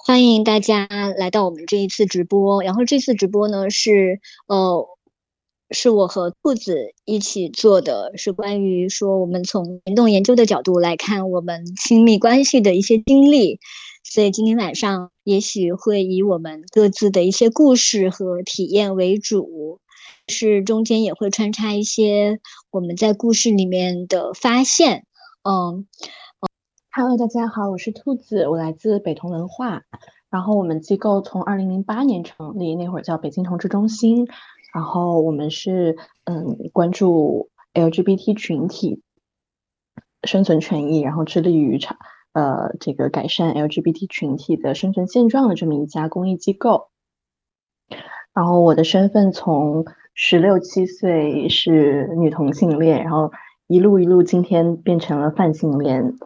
欢迎大家来到我们这一次直播。然后这次直播呢是我和兔子一起做的，是关于说我们从行动研究的角度来看我们亲密关系的一些经历。所以今天晚上也许会以我们各自的一些故事和体验为主，是中间也会穿插一些我们在故事里面的发现。嗯。 Hello，大家好，我是兔子，我来自北同文化。然后我们机构从2008年成立，那会儿叫北京同志中心。然后我们是关注 LGBT 群体生存权益，然后致力于这个改善 LGBT 群体的生存现状的这么一家公益机构。然后我的身份从16、17岁是女同性恋，然后一路今天变成了泛性恋。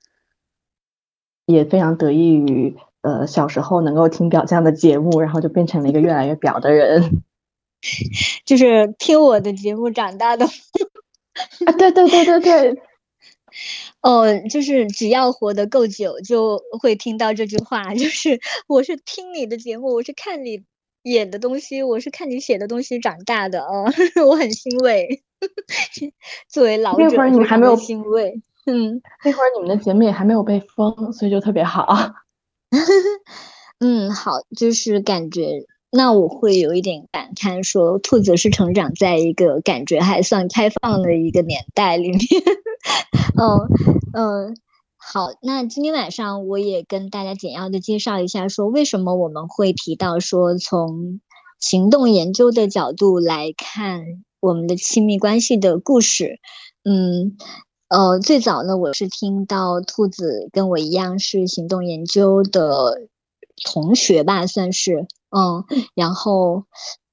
也非常得益于小时候能够听表这样的节目，然后就变成了一个越来越表的人。 就是听我的节目长大的。 啊，对。 就是只要活得够久，就会听到这句话，就是我是听你的节目，我是看你演的东西，我是看你写的东西长大的啊。我很欣慰，作为老那会儿者非常的你们还没有， 欣慰。 那会儿你们的节目也还没有被封，所以就特别好。 好，就是感觉，那我会有一点感叹说，兔子是成长在一个感觉还算开放的一个年代里面。嗯好，那今天晚上我也跟大家简要的介绍一下，说为什么我们会提到说从行动研究的角度来看我们的亲密关系的故事。嗯，最早呢，我是听到兔子跟我一样是行动研究的同学吧，算是。然后，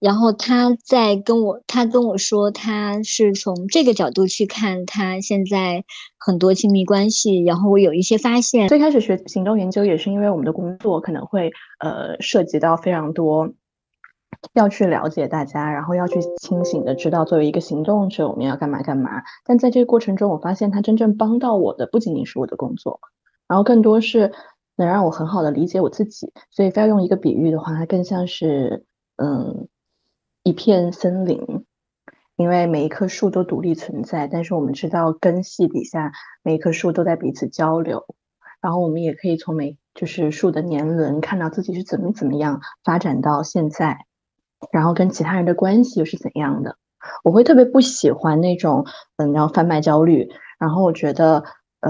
他跟我说，他是从这个角度去看他现在很多亲密关系，然后我有一些发现。 最开始学行动研究也是因为我们的工作可能会涉及到非常多，要去了解大家，然后要去清醒的知道作为一个行动者我们要干嘛干嘛。但在这个过程中，我发现它真正帮到我的不仅仅是我的工作，然后更多是能让我很好的理解我自己。所以非要用一个比喻的话，它更像是一片森林，因为每一棵树都独立存在，但是我们知道根系底下每一棵树都在彼此交流，然后我们也可以从就是树的年轮看到自己是怎么样发展到现在，然后跟其他人的关系又是怎样的。我会特别不喜欢那种然后贩卖焦虑，然后我觉得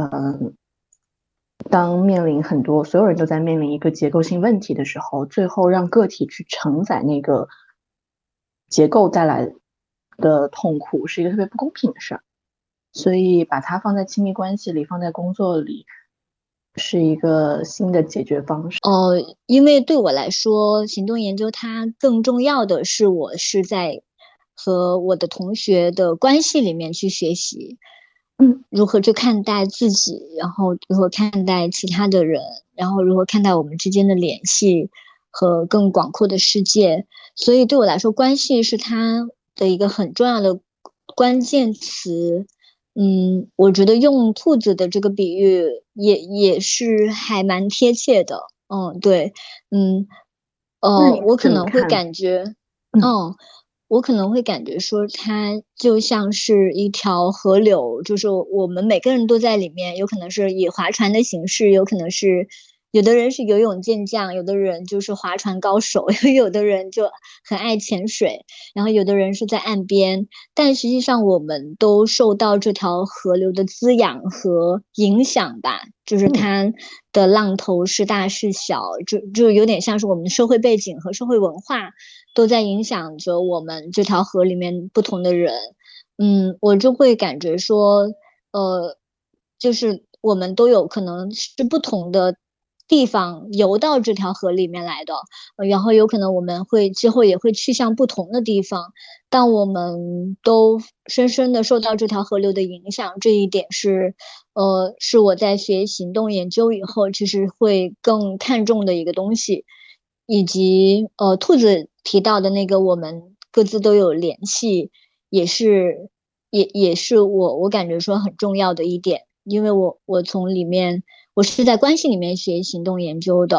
当面临所有人都在面临一个结构性问题的时候，最后让个体去承载那个结构带来的痛苦，是一个特别不公平的事儿。所以把它放在亲密关系里，放在工作里，是一个新的解决方式。 因为对我来说，行动研究它更重要的是，我是在和我的同学的关系里面去学习，如何去看待自己，然后如何看待其他的人，然后如何看待我们之间的联系和更广阔的世界。所以对我来说，关系是它的一个很重要的关键词。我觉得用兔子的这个比喻也是还蛮贴切的。对。嗯， 那你我可能会怎么看？ 感觉， 嗯， 嗯，我可能会感觉说，它就像是一条河流，就是我们每个人都在里面，有可能是以划船的形式，有可能是有的人是游泳健将，有的人就是划船高手，有的人就很爱潜水，然后有的人是在岸边，但实际上我们都受到这条河流的滋养和影响吧，就是它的浪头是大是小，就有点像是我们的社会背景和社会文化都在影响着我们这条河里面不同的人。我就会感觉说，就是我们都有可能是不同的地方游到这条河里面来的，然后有可能我们会之后也会去向不同的地方，但我们都深深的受到这条河流的影响。这一点是我在学行动研究以后，其实会更看重的一个东西。以及兔子提到的那个我们各自都有联系，也是也是我感觉说很重要的一点。因为我从里面我是在关系里面学行动研究的，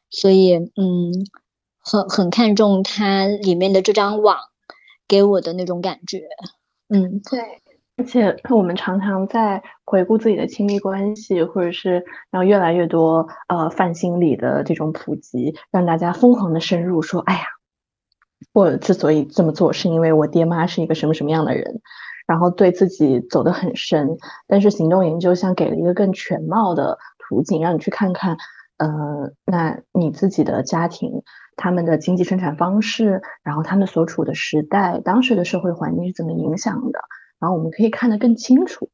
所以很看重它里面的这张网给我的那种感觉。 对，而且我们常常在回顾自己的亲密关系，或者是然后越来越多泛心理的这种普及，让大家疯狂的深入说，哎呀，我之所以这么做，是因为我爹妈是一个什么什么样的人，然后对自己走得很深。但是行动研究像给了一个更全貌的途径，让你去看看，那你自己的家庭，他们的经济生产方式，然后他们所处的时代，当时的社会环境是怎么影响的，然后我们可以看得更清楚。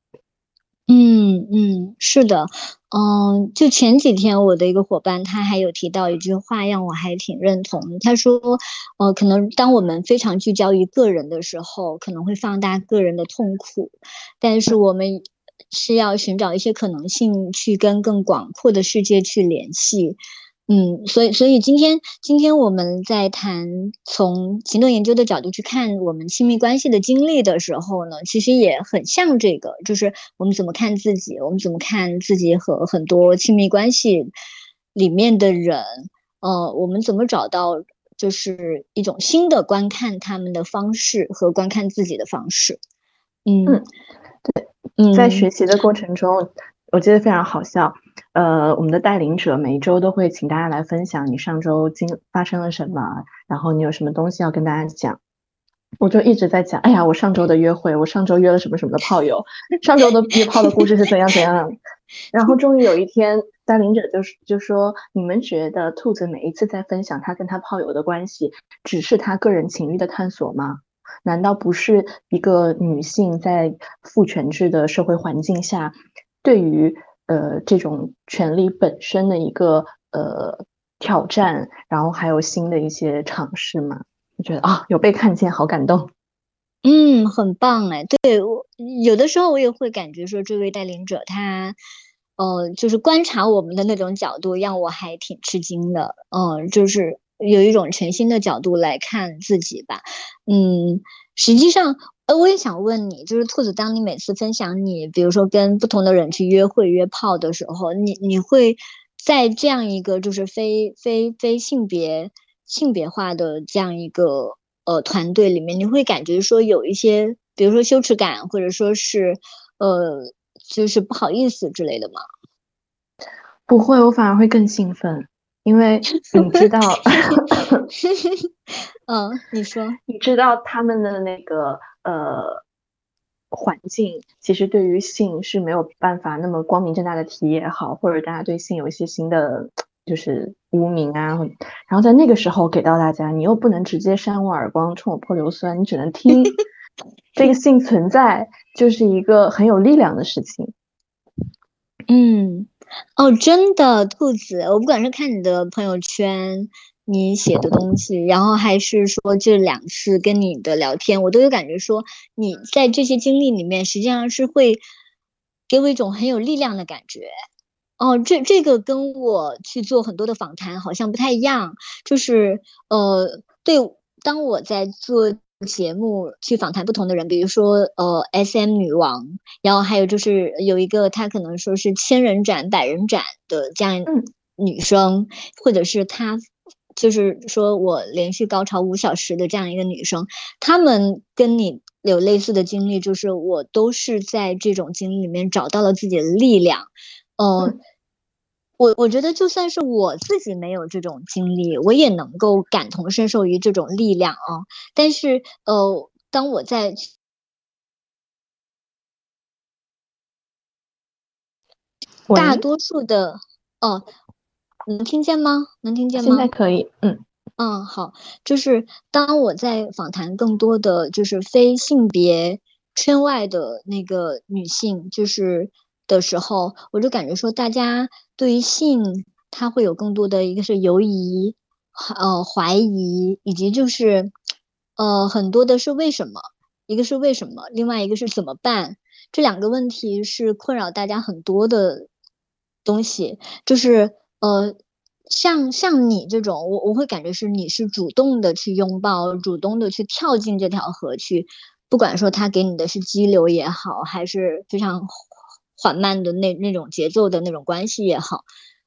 是的，就前几天我的一个伙伴，他还有提到一句话，让我还挺认同的。他说，可能当我们非常聚焦于个人的时候，可能会放大个人的痛苦，但是我们是要寻找一些可能性，去跟更广阔的世界去联系。所以今天我们在谈从行动研究的角度去看我们亲密关系的经历的时候呢，其实也很像这个，就是我们怎么看自己，我们怎么看自己和很多亲密关系里面的人，我们怎么找到就是一种新的观看他们的方式和观看自己的方式。嗯嗯，在嗯学习的过程中，我记得非常好笑。我们的带领者每一周都会请大家来分享你上周发生了什么，然后你有什么东西要跟大家讲。我就一直在讲，哎呀，我上周的约会，我上周约了什么什么的炮友，上周的约炮的故事是怎样怎样。然后终于有一天，带领者就说，你们觉得兔子每一次在分享他跟他炮友的关系，只是他个人情欲的探索吗？难道不是一个女性在父权制的社会环境下，对于这种权利本身的一个挑战，然后还有新的一些尝试吗？我觉得啊，有被看见，好感动。 很棒哎，对，有的时候我也会感觉说，这位带领者他，就是观察我们的那种角度，让我还挺吃惊的。就是有一种全新的角度来看自己吧。嗯，实际上，我也想问你，就是兔子，当你每次分享你，比如说跟不同的人去约会、约炮的时候，你会在这样一个就是非性别化的这样一个团队里面，你会感觉说有一些，比如说羞耻感，或者说是呃就是不好意思之类的吗？ 不会，我反而会更兴奋，因为你知道， 你说。 你知道他们的那个环境，其实对于性是没有办法那么光明正大的提也好，或者大家对性有一些新的就是污名啊，然后在那个时候给到大家，你又不能直接扇我耳光，冲我泼硫酸，你只能听。这个性存在就是一个很有力量的事情。 嗯，真的，兔子，我不管是看你的朋友圈，你写的东西，然后还是说这2次跟你的聊天，我都有感觉说你在这些经历里面，实际上是会给我一种很有力量的感觉。这个跟我去做很多的访谈好像不太一样，就是对，当我在做节目去访谈不同的人，比如说SM 女王，然后还有就是有一个她可能说是千人斩、百人斩的这样嗯， 女生，或者是她就是说我连续高潮5小时的这样一个女生，她们跟你有类似的经历，就是我都是在这种经历里面找到了自己的力量。呃，我觉得就算是我自己没有这种经历，我也能够感同身受于这种力量啊。但是当我在大喂， 多数的哦，能听见吗？能听见现在吗？ 可以， 好，就是当我在访谈更多的就是非性别圈外的那个女性，就是的时候，我就感觉说，大家对于性，它会有更多的一个是犹疑，怀疑，以及就是很多的是为什么，一个是为什么，另外一个是怎么办，这2个问题是困扰大家很多的东西。就是像你这种，我会感觉是你是主动的去拥抱，主动的去跳进这条河去，不管说他给你的是激流也好，还是非常缓慢的那种节奏的那种关系也好，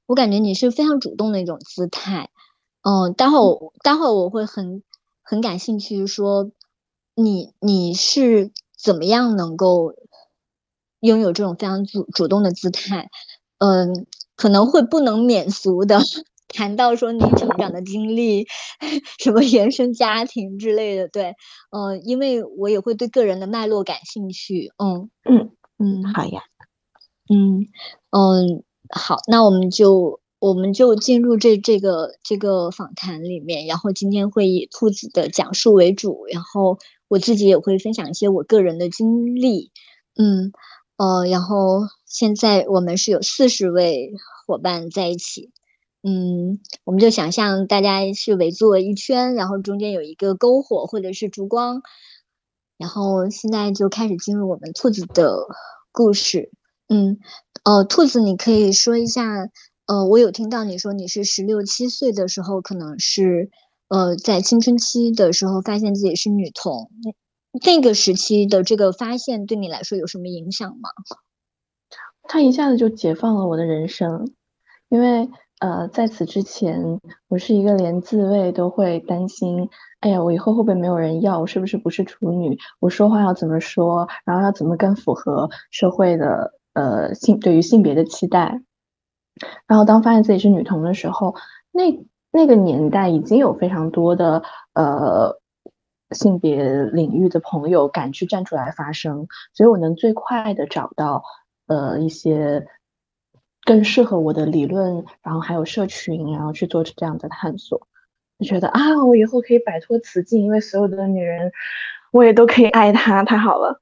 我感觉你是非常主动的一种姿态。待会儿我会很感兴趣说你是怎么样能够拥有这种非常主动的姿态。可能会不能免俗的谈到说你成长的经历，什么原生家庭之类的，对。因为我也会对个人的脉络感兴趣。 嗯， 嗯好呀。 嗯好，那我们就进入这个访谈里面，然后今天会以兔子的讲述为主，然后我自己也会分享一些我个人的经历。嗯然后现在我们是有40位伙伴在一起。我们就想象大家是围坐一圈，然后中间有一个篝火或者是烛光，然后现在就开始进入我们兔子的故事。嗯，兔子，你可以说一下。我有听到你说你是16、17岁的时候，可能是在青春期的时候发现自己是女同，那个时期的这个发现对你来说有什么影响吗？ 他一下子就解放了我的人生，因为在此之前，我是一个连自慰都会担心，哎呀，我以后会不会没有人要？我是不是处女？我说话要怎么说？然后要怎么更符合社会的对于性别的期待？然后当发现自己是女同的时候，那个年代已经有非常多的性别领域的朋友敢去站出来发声，所以我能最快的找到一些更适合我的理论，然后还有社群，然后去做这样的探索。就觉得啊，我以后可以摆脱雌竞，因为所有的女人我也都可以爱她，太好了。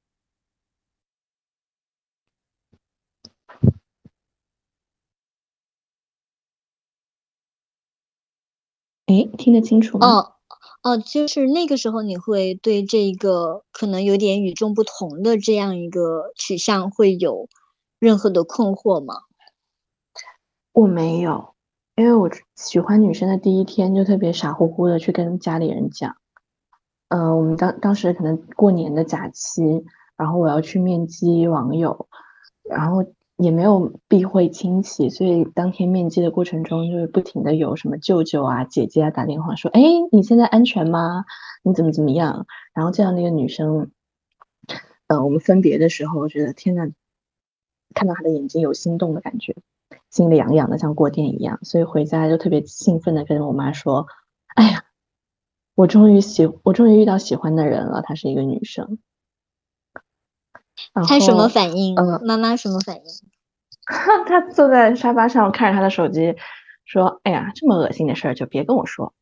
诶，听得清楚吗？ 哦就是那个时候你会对这个可能有点与众不同的这样一个取向会有任何的困惑吗？ 我没有，因为我喜欢女生的第一天就特别傻乎乎的去跟家里人讲。我们当时可能过年的假期，然后我要去面基网友，然后也没有避讳亲戚，所以当天面基的过程中，就是不停的有什么舅舅啊、姐姐啊打电话说：“哎，你现在安全吗？你怎么样？”然后这样的一个女生，我们分别的时候，我觉得天呐，看到她的眼睛有心动的感觉，心里痒痒的，像过电一样，所以回家就特别兴奋的跟我妈说：“哎呀，我终于遇到喜欢的人了，她是一个女生。”然他什么后， 反应？ 呃， 妈妈什么反应？ 她坐在沙发上看着她的手机，说：“哎呀，这么恶心的事儿就别跟我说。”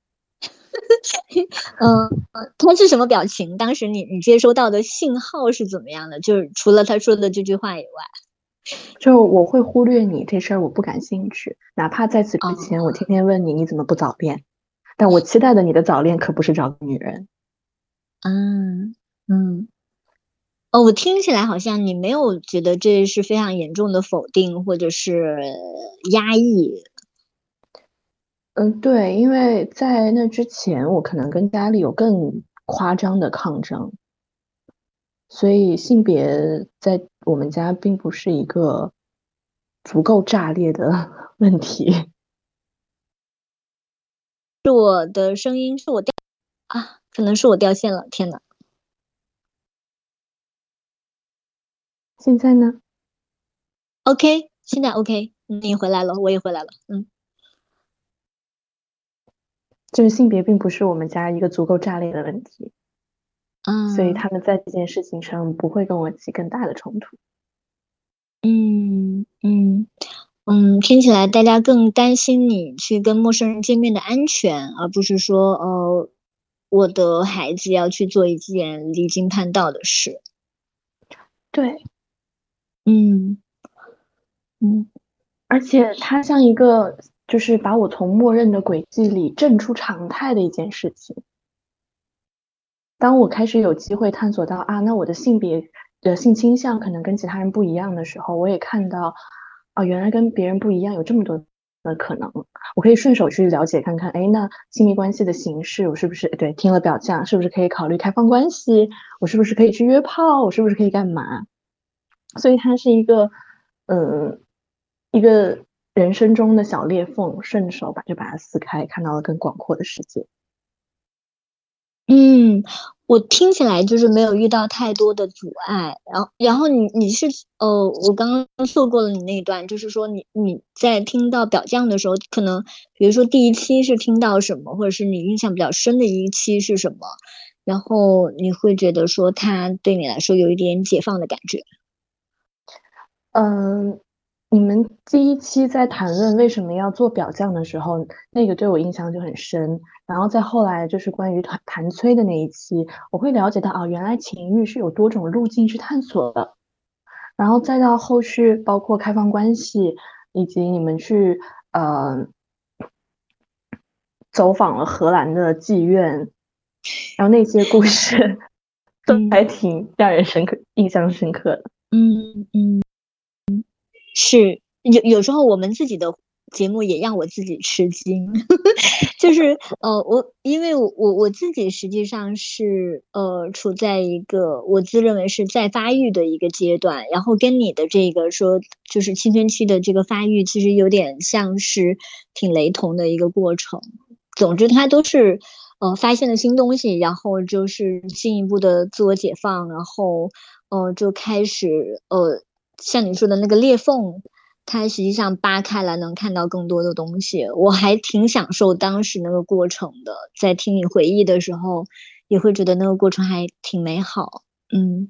他是什么表情？当时你接收到的信号是怎么样的？就是除了他说的这句话以外。 就我会忽略你这事儿，我不感兴趣。哪怕在此之前，我哦天天问你怎么不早恋，但我期待的你的早恋可不是找个女人。 嗯嗯。我听起来好像你没有觉得这是非常严重的否定或者是压抑。 嗯，对，因为在那之前，我可能跟家里有更夸张的抗争，所以性别在我们家并不是一个足够炸裂的问题。 是我的声音是我掉可能是我掉线了，天呐。 现在呢， OK，现在 OK，你回来了，我也回来了。 就是性别并不是我们家一个足够炸裂的问题，所以嗯他们在这件事情上不会跟我起更大的冲突。 嗯嗯听起来大家更担心你去跟陌生人见面的安全，而不是说我的孩子要去做一件离经叛道的事。 对， 嗯嗯。 而且它像一个就是把我从默认的轨迹里震出常态的一件事情。当我开始有机会探索到啊，那我的性别的性倾向可能跟其他人不一样的时候，我也看到啊，原来跟别人不一样有这么多的可能。我可以顺手去了解看看，哎，那亲密关系的形式，我是不是对听了表象，是不是可以考虑开放关系？我是不是可以去约炮？我是不是可以干嘛？所以它是一个，嗯，一个人生中的小裂缝，顺手就把它撕开，看到了更广阔的世界。 嗯，我听起来就是没有遇到太多的阻碍，然后你是我刚刚错过了你那一段，就是说你在听到表象的时候，可能比如说第一期是听到什么，或者是你印象比较深的一期是什么，然后你会觉得说它对你来说有一点解放的感觉。 嗯，你们第一期在谈论为什么要做表象的时候，那个对我印象就很深。然后再后来就是关于谈催的那一期，我会了解到啊，原来情欲是有多种路径去探索的。然后再到后续，包括开放关系，以及你们去走访了荷兰的妓院，然后那些故事都还嗯挺让人印象深刻的。 嗯嗯。是有时候我们自己的节目也让我自己吃惊，就是因为我自己实际上是处在一个我自认为是在发育的一个阶段，然后跟你的这个说就是青春期的这个发育，其实有点像是挺雷同的一个过程。总之，它都是发现了新东西，然后就是进一步的自我解放，然后就开始像你说的那个裂缝，它实际上扒开来能看到更多的东西。我还挺享受当时那个过程的，在听你回忆的时候，也会觉得那个过程还挺美好。嗯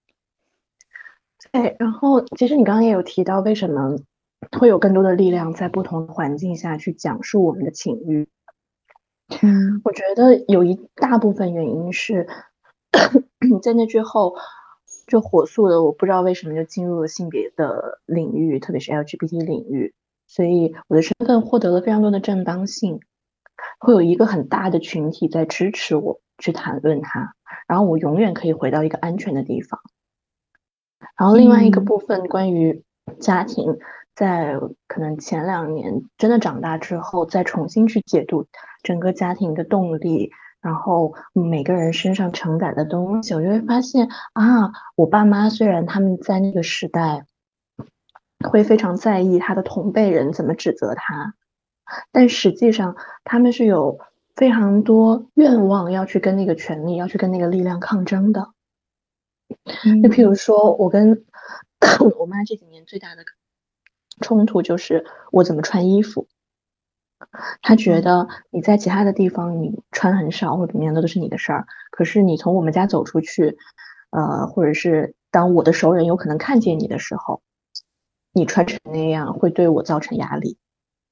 对，然后其实你刚刚也有提到，为什么会有更多的力量在不同的环境下去讲述我们的情欲？ 嗯我觉得有一大部分原因是在那之后，就火速的，我不知道为什么就进入了性别的领域，特别是 LGBT 领域，所以我的身份获得了非常多的正当性，会有一个很大的群体在支持我去谈论它，然后我永远可以回到一个安全的地方。然后另外一个嗯部分关于家庭，在可能前2年真的长大之后，再重新去解读整个家庭的动力，然后每个人身上承载的东西，我就会发现啊，我爸妈虽然他们在那个时代会非常在意他的同辈人怎么指责他，但实际上他们是有非常多愿望要去跟那个权利，要去跟那个力量抗争的。就譬如嗯说，我跟我妈这几年最大的冲突就是我怎么穿衣服。她觉嗯得你在其他的地方你穿很少或怎么样的都是你的事儿，可是你从我们家走出去，或者是当我的熟人有可能看见你的时候，你穿成那样会对我造成压力。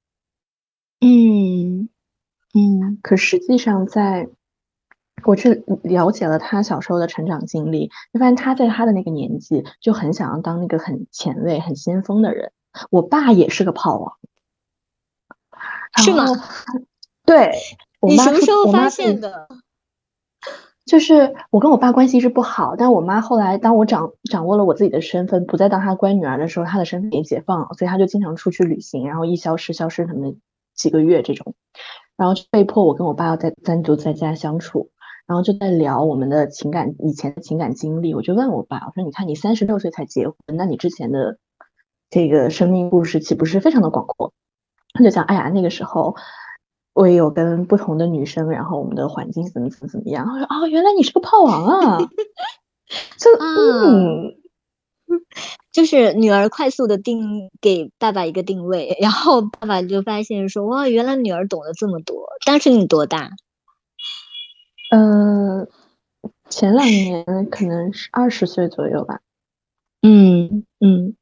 嗯嗯可实际上在我去了解了他小时候的成长经历，就发现他在他的那个年纪就很想要当那个很前卫、很先锋的人。我爸也是个炮王，然是吗？ 后对我你什么时妈说， 候发我妈自己现的？ 就是我跟我爸关系一直不好，但我妈后来当我掌握了我自己的身份，不再当她乖女儿的时候，她的身份也解放了，所以她就经常出去旅行，然后一消失可能几个月这种，然后就被迫我跟我爸要单独在家相处，然后就在聊我们的以前的情感经历，我就问我爸，我说你看你36岁才结婚，那你之前的这个生命故事岂不是非常的广阔？他就讲，哎呀，那个时候我也有跟不同的女生，然后我们的环境怎么样。我说，哦，原来你是个炮王啊！就啊，就是女儿快速的给爸爸一个定位，然后爸爸就发现说，哇，原来女儿懂得这么多。当时你多大？ 呃，前2年可能是20岁左右吧。 嗯嗯，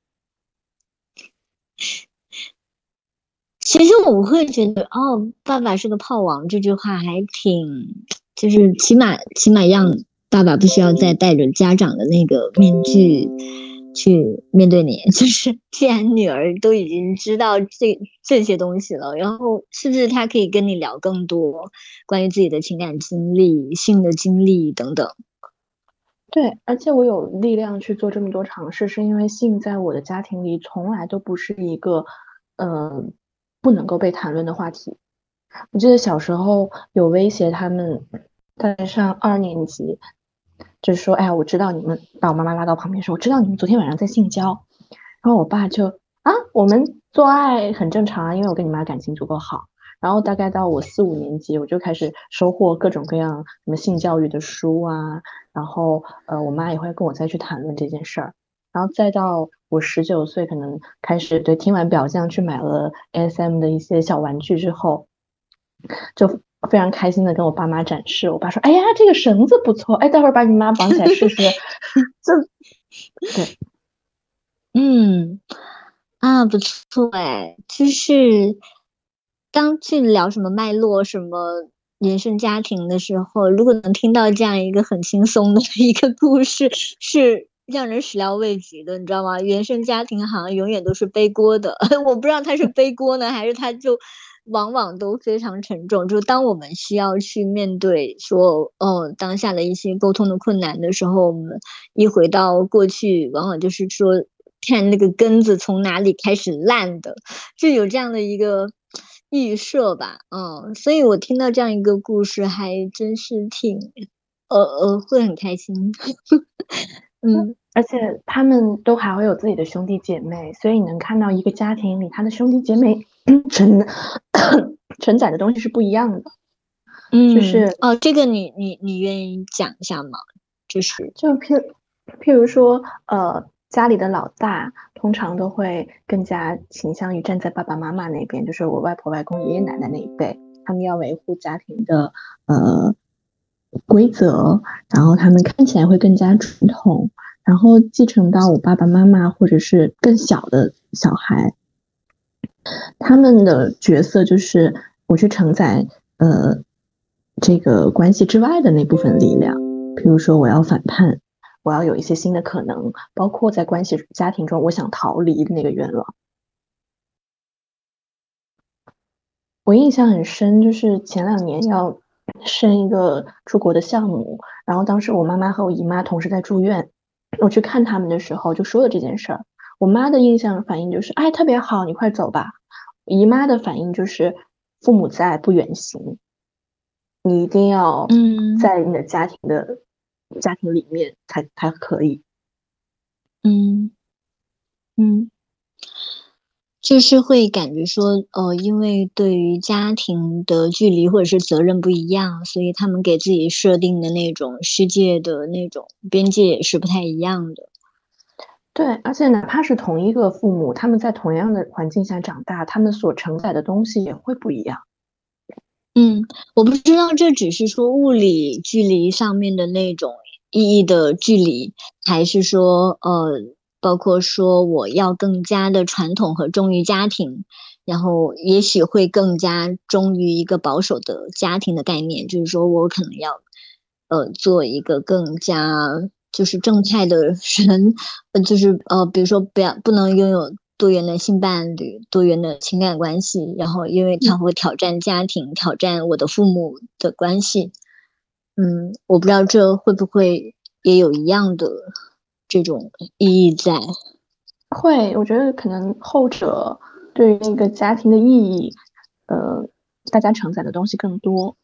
其实我会觉得，哦，爸爸是个炮王这句话还挺，就是起码让爸爸不需要再戴着家长的那个面具去面对你。就是既然女儿都已经知道这些东西了，然后是不是她可以跟你聊更多关于自己的情感经历、性的经历等等？ 对，而且我有力量去做这么多尝试，是因为性在我的家庭里从来都不是一个，呃，不能够被谈论的话题。我记得小时候有威胁他们，在上2年级，就是说，哎呀，我知道你们把我妈妈拉到旁边说，我知道你们昨天晚上在性交，然后我爸就啊，我们做爱很正常啊，因为我跟你妈感情足够好。然后大概到我4、5年级，我就开始收获各种各样什么性教育的书啊，然后我妈也会跟我再去谈论这件事儿。然后再到我19岁，可能开始对听完表匠去买了 SM 的一些小玩具之后，就非常开心的跟我爸妈展示。我爸说："哎呀，这个绳子不错，哎，待会儿把你妈绑起来试试。"这对。 嗯，啊，不错哎，就是当去聊什么脉络、什么原生家庭的时候，如果能听到这样一个很轻松的一个故事，是让人始料未及的，你知道吗？原生家庭好像永远都是背锅的，我不知道他是背锅呢，还是他就往往都非常沉重。就当我们需要去面对说，哦，当下的一些沟通的困难的时候，我们一回到过去，往往就是说。看那个根子从哪里开始烂的，就有这样的一个预设吧，所以我听到这样一个故事，还真是挺，会很开心，嗯而且他们都还会有自己的兄弟姐妹，所以你能看到一个家庭里他的兄弟姐妹承承载的东西是不一样的。就嗯， 是哦，这个你愿意讲一下吗？就是就譬如说，家里的老大通常都会更加倾向于站在爸爸妈妈那边，就是我外婆、外公、爷爷奶奶那一辈，他们要维护家庭的呃规则，然后他们看起来会更加传统，然后继承到我爸爸妈妈或者是更小的小孩，他们的角色就是我去承载这个关系之外的那部分力量，比如说我要反叛，我要有一些新的可能，包括在关系家庭中我想逃离的那个愿望。我印象很深，就是前2年要生一个出国的项目，然后当时我妈妈和我姨妈同时在住院，我去看他们的时候就说了这件事儿。我妈的印象反应就是哎特别好，你快走吧。姨妈的反应就是父母在不远行，你一定要嗯在你的家庭里面才可以。 嗯嗯。就是会感觉说，因为对于家庭的距离或者是责任不一样，所以他们给自己设定的那种世界的那种边界也是不太一样的。 对，而且哪怕是同一个父母，他们在同样的环境下长大，他们所承载的东西也会不一样。 嗯，我不知道这只是说物理距离上面的那种意义的距离，还是说包括说我要更加的传统和忠于家庭，然后也许会更加忠于一个保守的家庭的概念，就是说我可能要做一个更加就是正派的人，就是比如说不能拥有多元的性伴侣、多元的情感关系，然后因为它会挑战家庭、挑战我的父母的关系。我不知道这会不会也有一样的这种意义在。 会，我觉得可能后者对于那个家庭的意义，大家承载的东西更多。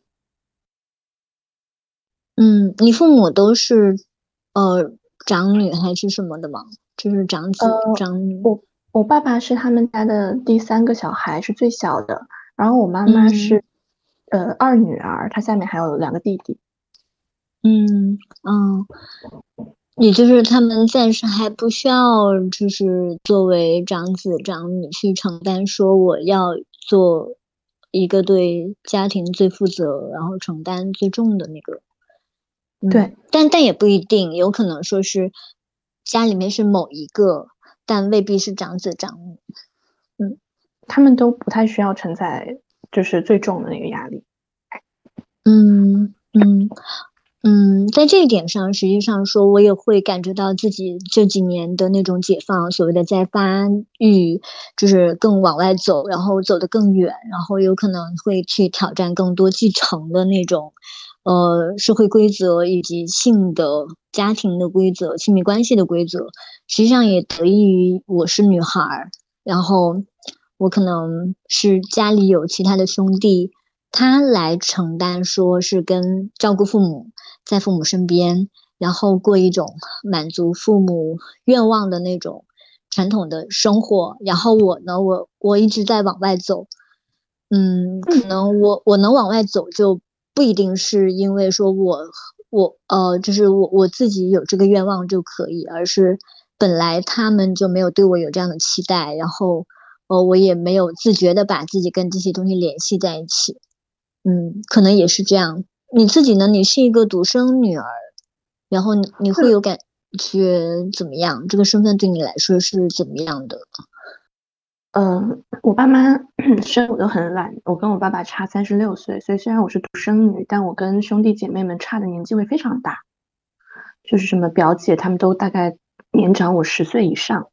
嗯，你父母都是呃长女还是什么的吗？就是长子、 呃， 长女。 我爸爸是他们家的第3个小孩，是最小的，然后我妈妈嗯是2女儿，她下面还有2个弟弟。 嗯嗯。也就是他们暂时还不需要，就是作为长子长女去承担，说我要做一个对家庭最负责，然后承担最重的那个。 对， 但也不一定，有可能说是家里面是某一个，但未必是长子长女。嗯他们都不太需要承载就是最重的那个压力。 嗯嗯。在这一点上，实际上说，我也会感觉到自己这几年的那种解放，所谓的在发育，就是更往外走，然后走得更远，然后有可能会去挑战更多继承的那种，社会规则以及性的家庭的规则、亲密关系的规则，实际上也得益于我是女孩儿，然后我可能是家里有其他的兄弟。他来承担，说是跟照顾父母，在父母身边，然后过一种满足父母愿望的那种传统的生活，然后我呢，我一直在往外走。可能我能往外走，就不一定是因为说就是我自己有这个愿望就可以，而是本来他们就没有对我有这样的期待，然后我也没有自觉的把自己跟这些东西联系在一起。可能也是这样。你自己呢？你是一个独生女儿，然后你会有感觉怎么样？这个身份对你来说是怎么样的？ 我爸妈生我都很懒，我跟我爸爸差36岁，所以虽然我是独生女，但我跟兄弟姐妹们差的年纪会非常大，就是什么表姐他们都大概年长我10岁以上，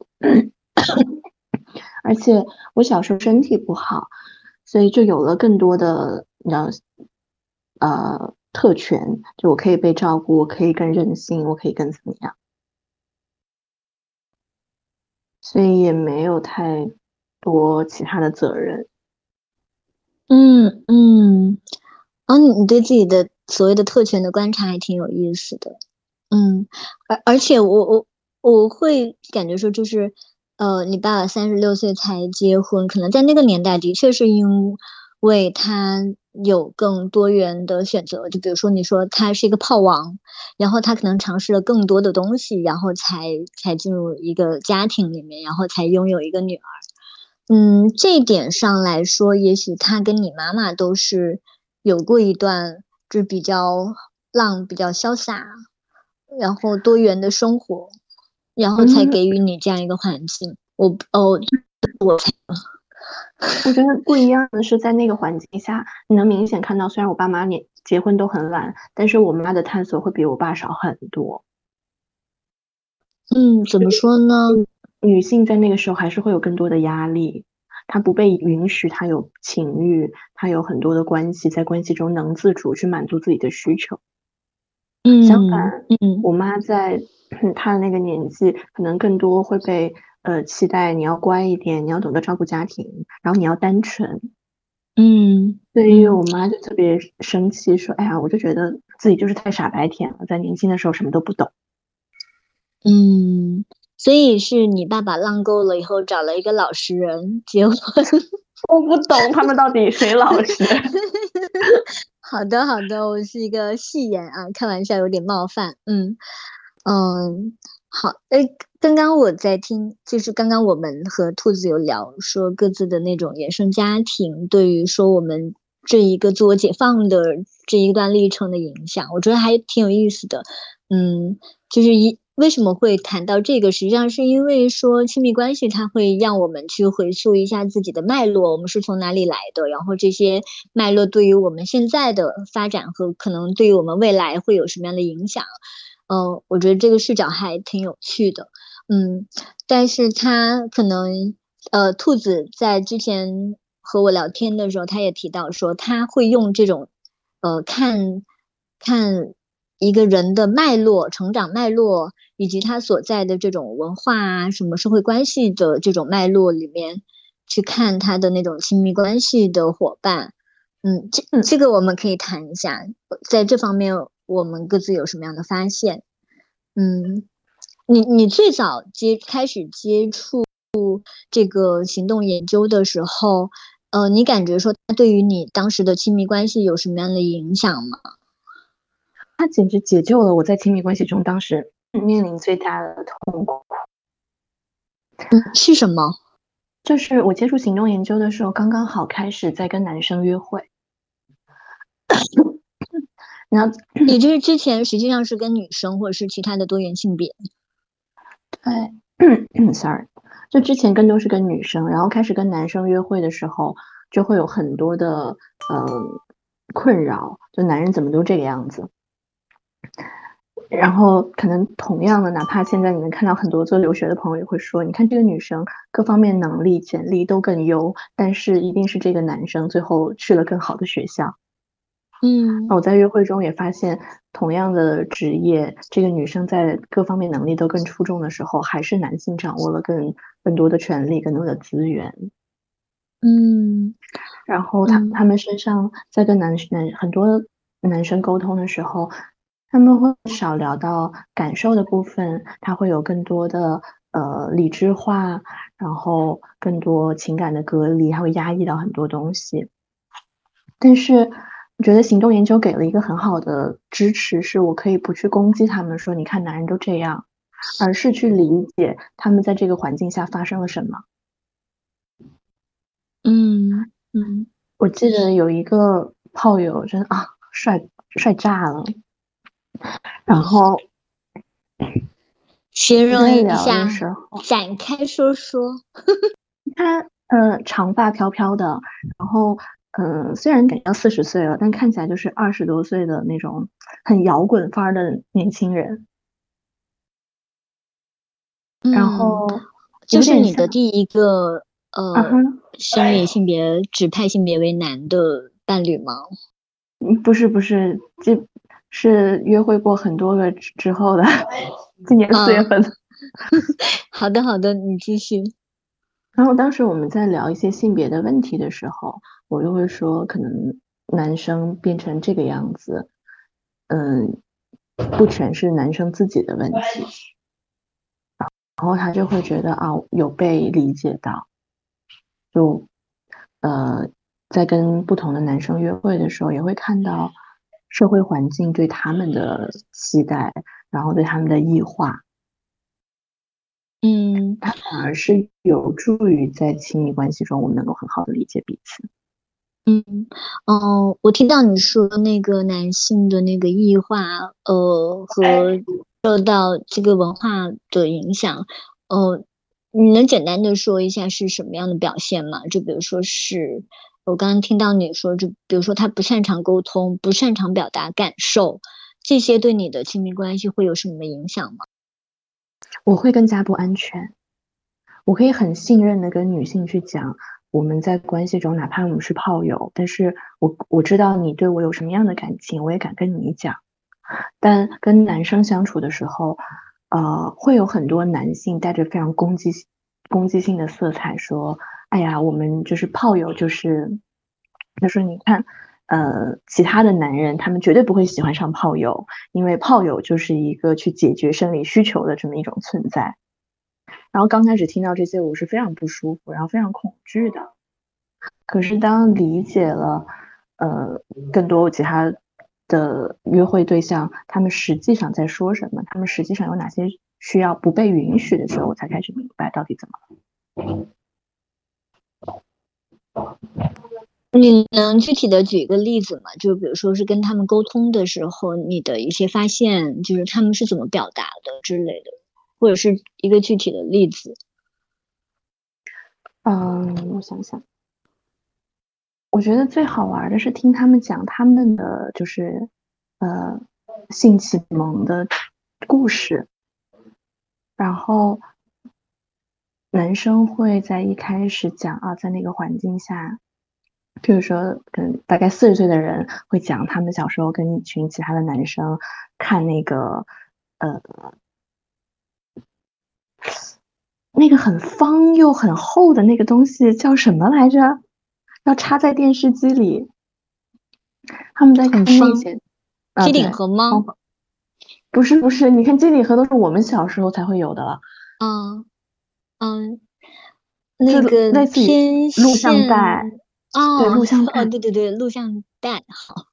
而且我小时候身体不好，所以就有了更多的特权，就我可以被照顾，我可以更任性，我可以更怎么样，所以也没有太多其他的责任。 嗯嗯，你对自己的所谓的特权的观察还挺有意思的。而且我会感觉说，就是你爸爸36岁才结婚，可能在那个年代的确是因为他有更多元的选择，就比如说你说他是一个炮王，然后他可能尝试了更多的东西，然后才进入一个家庭里面，然后才拥有一个女儿。这一点上来说，也许他跟你妈妈都是有过一段就是比较潇洒，然后多元的生活，然后才嗯， 给予你这样一个环境。 我觉得不一样的是，在那个环境下，你能明显看到，虽然我爸妈结婚都很晚，但是我妈的探索会比我爸少很多。 怎么说呢？ 女性在那个时候还是会有更多的压力，她不被允许，她有情欲，她有很多的关系，在关系中能自主去满足自己的需求。相嗯反， 嗯我妈在她的那个年纪，可能更多会被期待你要乖一点，你要懂得照顾家庭，然后你要单纯。 嗯对于嗯我妈就特别生气，说：“哎呀，我就觉得自己就是太傻白甜了，在年轻的时候什么都不懂。” 嗯，所以是你爸爸浪够了以后，找了一个老实人结婚。 我不懂他们到底谁老实。 好的，好的，我是一个戏言啊，开玩笑有点冒犯。好，刚刚我在听，就是刚刚我们和兔子有聊说各自的那种原生家庭对于说我们这一个自我解放的这一段历程的影响，我觉得还挺有意思的。就是为什么会谈到这个，实际上是因为说亲密关系它会让我们去回溯一下自己的脉络，我们是从哪里来的，然后这些脉络对于我们现在的发展和可能对于我们未来会有什么样的影响。我觉得这个视角还挺有趣的。但是他可能，兔子在之前和我聊天的时候，他也提到说，他会用这种，看一个人的脉络、成长脉络，以及他所在的这种文化啊、什么社会关系的这种脉络里面，去看他的那种亲密关系的伙伴。这个我们可以谈一下，在这方面我们各自有什么样的发现？嗯，你最早开始接触这个行动研究的时候，你感觉说它对于你当时的亲密关系有什么样的影响吗？ 他简直解救了我在亲密关系中当时面临最大的痛苦。 是什么？ 就是我接触行动研究的时候，刚刚好开始在跟男生约会，然后也就是之前实际上是跟女生或者是其他的多元性别。 对，sorry，就之前更多是跟女生，然后开始跟男生约会的时候，就会有很多的困扰，就男人怎么都这个样子。然后可能同样的，哪怕现在你能看到很多做留学的朋友也会说，你看这个女生各方面能力、简历都更优，但是一定是这个男生最后去了更好的学校。 嗯那我在约会中也发现，同样的职业，这个女生在各方面能力都更出众的时候，还是男性掌握了更多的权利、更多的资源。 嗯然后嗯他们身上在跟很多男生沟通的时候，他们会少聊到感受的部分，他会有更多的理智化，然后更多情感的隔离，还会压抑到很多东西。但是我觉得行动研究给了一个很好的支持，是我可以不去攻击他们说你看男人都这样，而是去理解他们在这个环境下发生了什么。 嗯嗯， 我记得有一个炮友真的帅炸了，然后形容在聊的一下， 时候， 展开说说。 他长发飘飘的，然后虽然感觉要40岁了，但看起来就是20多岁的那种很摇滚范儿的年轻人，然嗯， 后这是有点像你的第一个啊哈， 生理性别指派性别为男的伴侣吗？ 不是，是约会过很多个之后的，今年4月嗯， 份。 好的好的，你继续。 然后当时我们在聊一些性别的问题的时候，我就会说，可能男生变成这个样子，嗯，不全是男生自己的问题，然后他就会觉得啊，有被理解到，就在跟不同的男生约会的时候，也会看到社会环境对他们的期待，然后对他们的异化， 嗯它反而是有助于在亲密关系中我们能够很好的理解彼此。 嗯我听到你说那个男性的那个异化，和受到这个文化的影响，你能简单的说一下是什么样的表现吗？就比如说是，我刚刚听到你说，就比如说他不擅长沟通，不擅长表达感受，这些对你的亲密关系会有什么影响吗？ 我会更加不安全。我可以很信任的跟女性去讲，我们在关系中，哪怕我们是炮友，但是我知道你对我有什么样的感情，我也敢跟你讲。但跟男生相处的时候，会有很多男性带着非常攻击性的色彩说，哎呀，我们就是炮友，就是你看，其他的男人他们绝对不会喜欢上炮友，因为炮友就是一个去解决生理需求的这么一种存在。然后刚开始听到这些，我是非常不舒服，然后非常恐惧的。可是当理解了，呃，更多其他的约会对象，他们实际上在说什么，他们实际上有哪些需要不被允许的时候，我才开始明白到底怎么了。 你能具体的举一个例子吗？就比如说是跟他们沟通的时候，你的一些发现，就是他们是怎么表达的之类的，或者是一个具体的例子。 我想想，我觉得最好玩的是听他们讲他们的就是呃性启蒙的故事，然后男生会在一开始讲啊，在那个环境下，譬如说，可能大概40岁的人会讲他们小时候跟一群其他的男生看呃那个很方又很厚的那个东西叫什么来着？要插在电视机里，他们在看很方， 那些啊， 机顶对， 盒吗？ 方法不是，你看机礼盒都是我们小时候才会有的了， 嗯嗯， 就那个类似于天录像线， 带，对， 哦哦， 录像带， 对对对，录像带，好，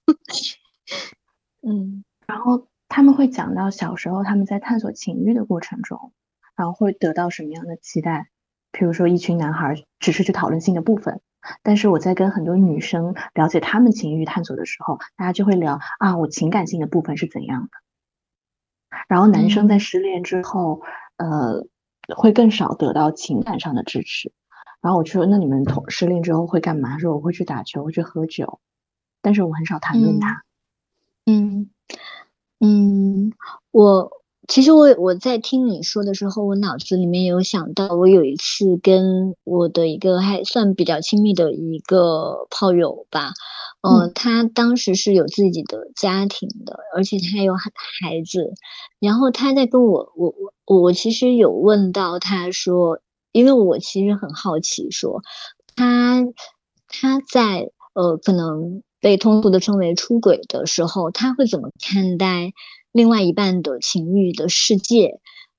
嗯他们会讲到小时候他们在探索情欲的过程中，然后会得到什么样的期待。比如说，一群男孩只是去讨论性的部分，但是我在跟很多女生了解他们情欲探索的时候，大家就会聊啊，我情感性的部分是怎样的。然后男生在嗯失恋之后，呃，会更少得到情感上的支持。然后我就说，那你们失恋之后会干嘛？说我会去打球，会去喝酒，但是我很少谈论嗯它。 嗯。嗯，我其实我在听你说的时候，我脑子里面有想到，我有一次跟我的一个还算比较亲密的一个炮友吧， 嗯他当时是有自己的家庭的，而且他有孩子，然后他在跟我其实有问到他说，因为我其实很好奇说。他他在可能被通俗的称为出轨的时候，他会怎么看待另外一半的情欲的世界？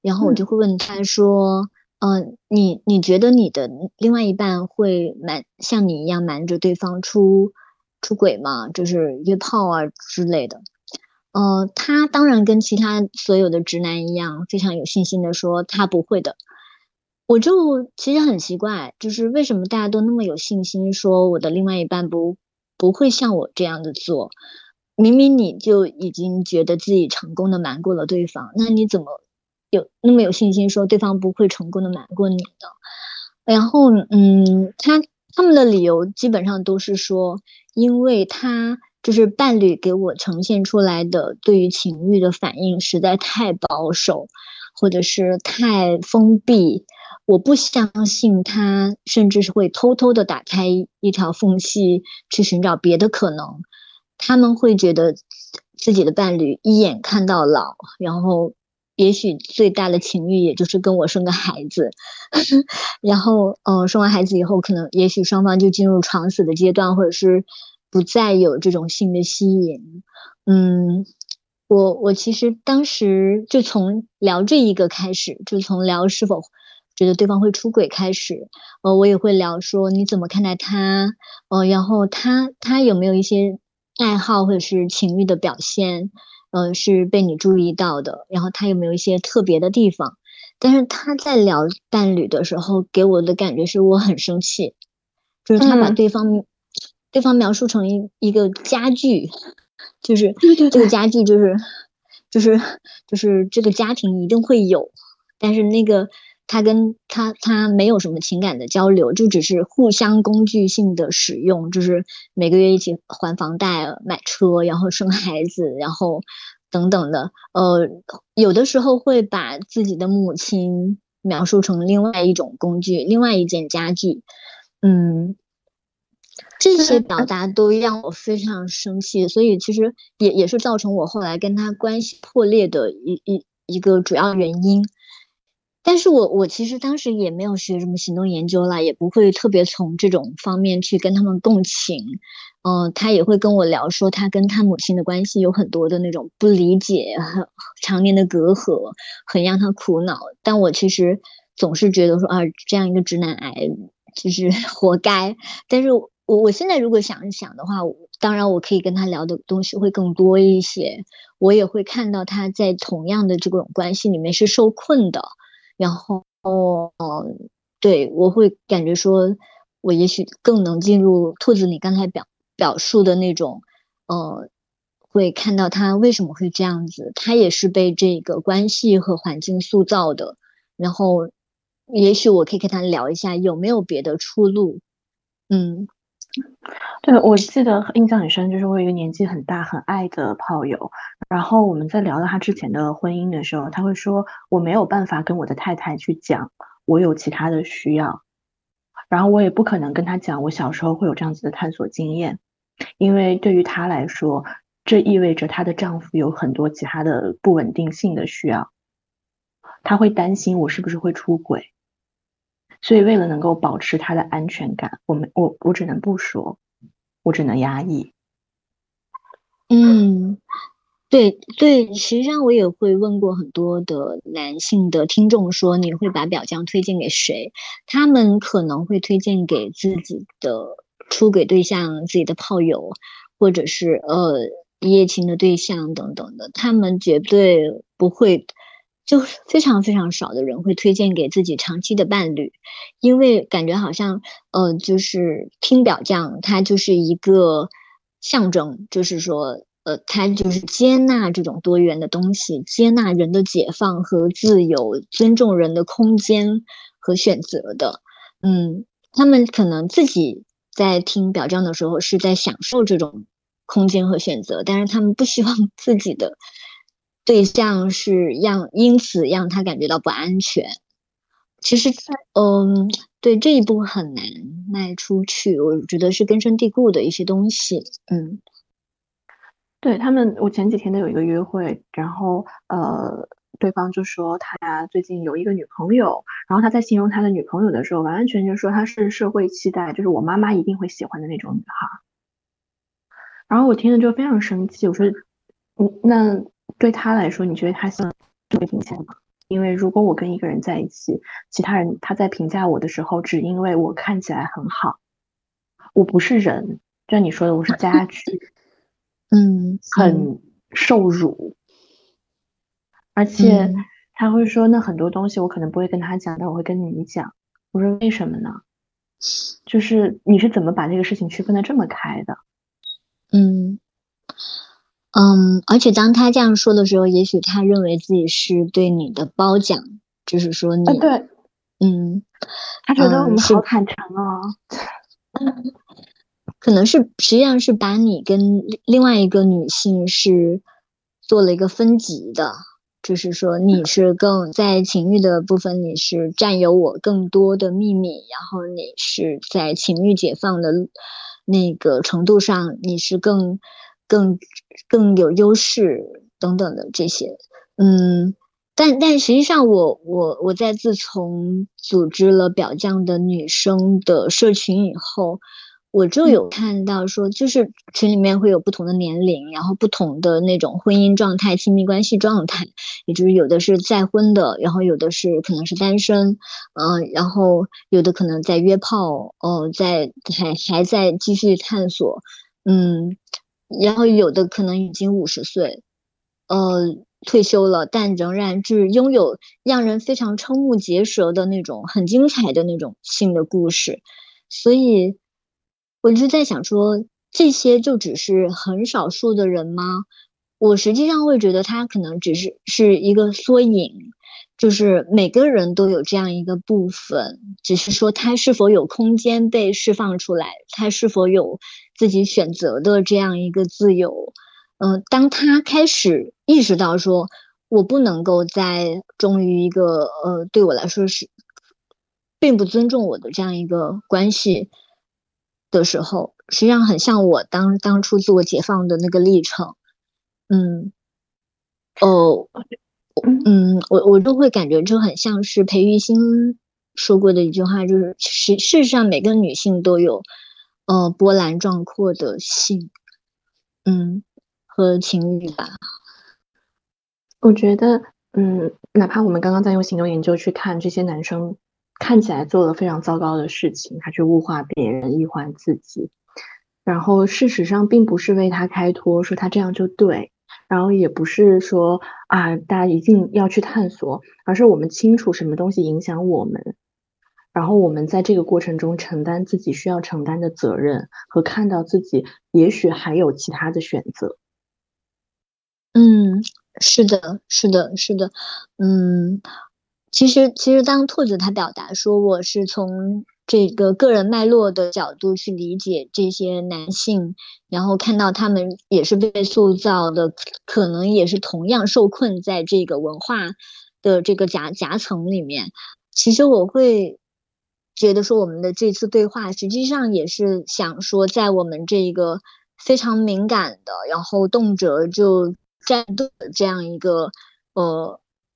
然后我就会问他说，你觉得你的另外一半会像你一样瞒着对方出轨吗？就是约炮啊之类的。他当然跟其他所有的直男一样，非常有信心的说他不会的。我就其实很奇怪，就是为什么大家都那么有信心说我的另外一半不会像我这样的做？明明你就已经觉得自己成功的瞒过了对方，那你怎么有那么有信心说对方不会成功的瞒过你呢？然后，他们的理由基本上都是说，因为他就是伴侣给我呈现出来的对于情欲的反应实在太保守，或者是太封闭，我不相信他甚至是会偷偷的打开一条缝隙去寻找别的可能。他们会觉得自己的伴侣一眼看到老，然后也许最大的情欲也就是跟我生个孩子，然后生完孩子以后，可能也许双方就进入床死的阶段，或者是不再有这种性的吸引。嗯，我其实当时就从聊这一个开始，就从聊是否觉得对方会出轨开始，我也会聊说你怎么看待他，然后他有没有一些爱好或者是情欲的表现，是被你注意到的，然后他有没有一些特别的地方。但是他在聊伴侣的时候，给我的感觉是我很生气，就是他把嗯， 对方描述成一个家具，就是对对对。 这个家具就是就是这个家庭一定会有，但是那个他跟他没有什么情感的交流，就只是互相工具性的使用，就是每个月一起还房贷、买车，然后生孩子，然后等等的。有的时候会把自己的母亲描述成另外一种工具，另外一件家具。嗯，这些对， 表达都让我非常生气，所以其实也是造成我后来跟他关系破裂的一个主要原因。但是我其实当时也没有学什么行动研究啦，也不会特别从这种方面去跟他们共情。他也会跟我聊说，他跟他母亲的关系有很多的那种不理解，很常年的隔阂，很让他苦恼。但我其实总是觉得说，啊，这样一个直男癌就是活该。但是我现在如果想一想的话，当然我可以跟他聊的东西会更多一些，我也会看到他在同样的这种关系里面是受困的。然后，对，我会感觉说，我也许更能进入兔子你刚才表述的那种，呃，会看到他为什么会这样子，他也是被这个关系和环境塑造的。然后，也许我可以跟他聊一下有没有别的出路。嗯对，我记得印象很深，就是我有一个年纪很大、很爱的炮友，然后我们在聊到他之前的婚姻的时候，他会说我没有办法跟我的太太去讲我有其他的需要，然后我也不可能跟他讲我小时候会有这样子的探索经验，因为对于他来说，这意味着她的丈夫有很多其他的不稳定性的需要，他会担心我是不是会出轨，所以为了能够保持他的安全感，我只能不说，我只能压抑。 嗯。对对，实际上我也会问过很多的男性的听众说，你会把表匠推荐给谁？他们可能会推荐给自己的出轨对象、自己的炮友，或者是一夜情的对象等等的。他们绝对不会，就是非常非常少的人会推荐给自己长期的伴侣，因为感觉好像就是听表匠，他就是一个象征，就是说，他就是接纳这种多元的东西，接纳人的解放和自由，尊重人的空间和选择的。他们可能自己在听表彰的时候是在享受这种空间和选择，但是他们不希望自己的对象是因此让他感觉到不安全。其实，嗯，对这一步很难迈出去，我觉得是根深蒂固的一些东西。 对他们，我前几天都有一个约会，然后对方就说他最近有一个女朋友，然后他在形容他的女朋友的时候，完完全全说她是社会期待，就是我妈妈一定会喜欢的那种女孩。然后我听了就非常生气，我说，那对他来说，你觉得他像社会金钱吗？ 因为如果我跟一个人在一起，其他人他在评价我的时候，只因为我看起来很好，我不是人，就像你说的，我是家具， 嗯嗯很受辱。而且嗯。 他会说，那很多东西我可能不会跟他讲，但我会跟你讲。我说为什么呢？就是你是怎么把这个事情区分的这么开的？ 嗯而且当他这样说的时候，也许他认为自己是对你的褒奖，就是说你， 对， 嗯他觉得我们好是坦诚哦。 可能是实际上是把你跟另外一个女性是做了一个分级的，就是说你是更在情欲的部分，你是占有我更多的秘密，然后你是在情欲解放的那个程度上，你是更更有优势等等的这些，嗯。但实际上我在自从组织了表匠的女生的社群以后，我就嗯有看到说，就是群里面会有不同的年龄，然后不同的那种婚姻状态、亲密关系状态，也就是有的是再婚的，然后有的是可能是单身，然后有的可能在约炮，还在继续探索，嗯，然后有的可能已经50岁，退休了，但仍然是拥有让人非常瞠目结舌的那种很精彩的那种性的故事。所以我就在想说，这些就只是很少数的人吗？我实际上会觉得它可能只是一个缩影，就是每个人都有这样一个部分，只是说他是否有空间被释放出来，他是否有自己选择的这样一个自由。当他开始意识到说，我不能够再忠于一个对我来说是并不尊重我的这样一个关系的时候，实际上很像我当初自我解放的那个历程。嗯，哦， 嗯。 我就会感觉就很像是裴玉欣说过的一句话，就是事实上每个女性都有波澜壮阔的性，和情欲吧。 我觉得，哪怕我们刚刚在用行动研究去看这些男生看起来做了非常糟糕的事情，他去物化别人、异化自己，然后事实上并不是为他开脱，说他这样就对，然后也不是说啊大家一定要去探索，而是我们清楚什么东西影响我们，然后我们在这个过程中承担自己需要承担的责任，和看到自己也许还有其他的选择。 嗯，是的，是的，是的，嗯，其实当兔子他表达说我是从这个个人脉络的角度去理解这些男性，然后看到他们也是被塑造的，可能也是同样受困在这个文化的这个夹层里面。其实我会觉得说，我们的这次对话实际上也是想说，在我们这个非常敏感的，然后动辄就战斗的这样一个呃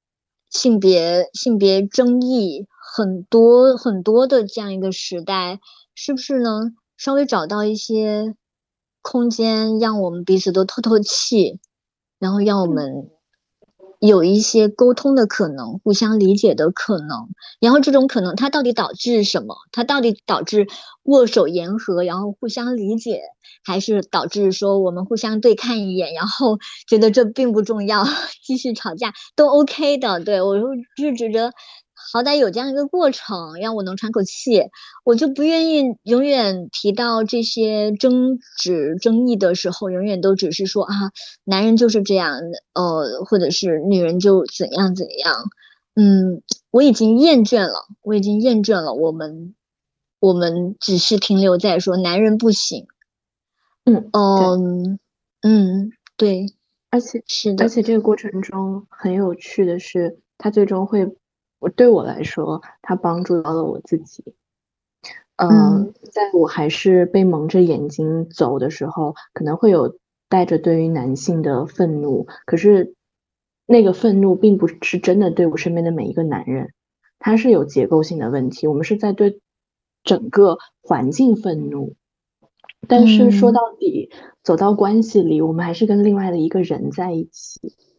性别争议很多很多的这样一个时代，是不是能稍微找到一些空间，让我们彼此都透透气，然后让我们有一些沟通的可能，互相理解的可能。然后这种可能它到底导致什么？它到底导致握手言和，然后互相理解，还是导致说我们互相对看一眼，然后觉得这并不重要，继续吵架都 OK 的。对，我就觉得好歹有这样一个过程，让我能喘口气。我就不愿意永远提到这些争执、争议的时候，永远都只是说啊，男人就是这样，或者是女人就怎样怎样。嗯，我已经厌倦了，我已经厌倦了我们只是停留在说男人不行。 对。 嗯对， 而且是的， 而且这个过程中很有趣的是，他最终会，对我来说，他帮助到了我自己。 嗯在我还是被蒙着眼睛走的时候，可能会有带着对于男性的愤怒，可是那个愤怒并不是真的对我身边的每一个男人，他是有结构性的问题，我们是在对整个环境愤怒。但是说嗯到底，走到关系里，我们还是跟另外的一个人在一起。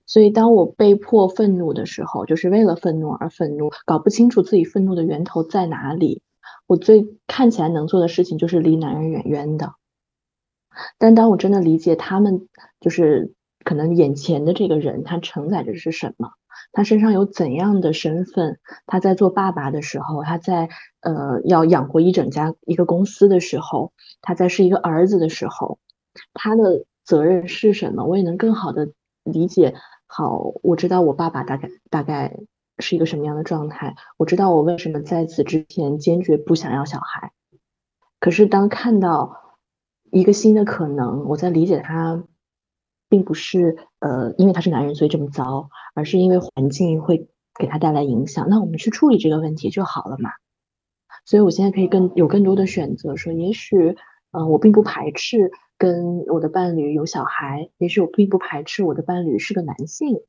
所以当我被迫愤怒的时候，就是为了愤怒而愤怒，搞不清楚自己愤怒的源头在哪里，我最看起来能做的事情就是离男人远远的。但当我真的理解他们，就是可能眼前的这个人，他承载着是什么，他身上有怎样的身份，他在做爸爸的时候，他在要养活一整家一个公司的时候，他在是一个儿子的时候，他的责任是什么，我也能更好的理解。好，我知道我爸爸大概是一个什么样的状态，我知道我为什么在此之前坚决不想要小孩。可是当看到一个新的可能，我在理解他，并不是因为他是男人所以这么糟，而是因为环境会给他带来影响。那我们去处理这个问题就好了嘛。所以我现在可以有更多的选择，说也许我并不排斥跟我的伴侣有小孩，也许我并不排斥我的伴侣是个男性。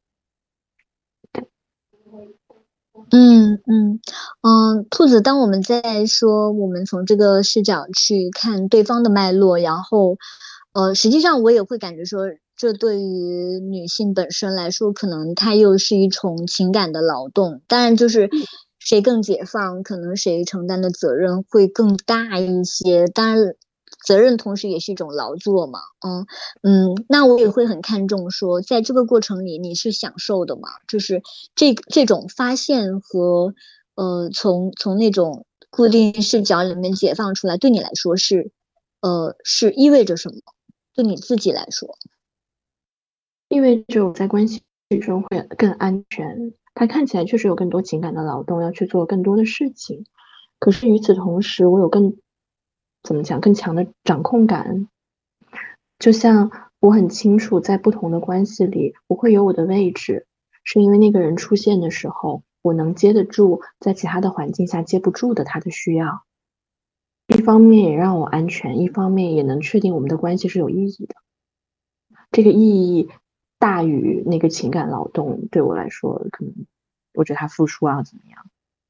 兔子，当我们在说我们从这个视角去看对方的脉络，然后，实际上我也会感觉说，这对于女性本身来说，可能它又是一种情感的劳动。当然，就是谁更解放，可能谁承担的责任会更大一些。当然，责任同时也是一种劳作嘛。那我也会很看重说，在这个过程里你是享受的嘛？就是这种发现和从那种固定视角里面解放出来，对你来说是意味着什么？对你自己来说， 意味着我在关系中会更安全。他看起来确实有更多情感的劳动，要去做更多的事情。可是与此同时，我有怎么讲，更强的掌控感。就像我很清楚，在不同的关系里，我会有我的位置，是因为那个人出现的时候，我能接得住，在其他的环境下接不住的他的需要。一方面也让我安全，一方面也能确定我们的关系是有意义的。这个意义大于那个情感劳动，对我来说，可能我觉得他付出啊怎么样？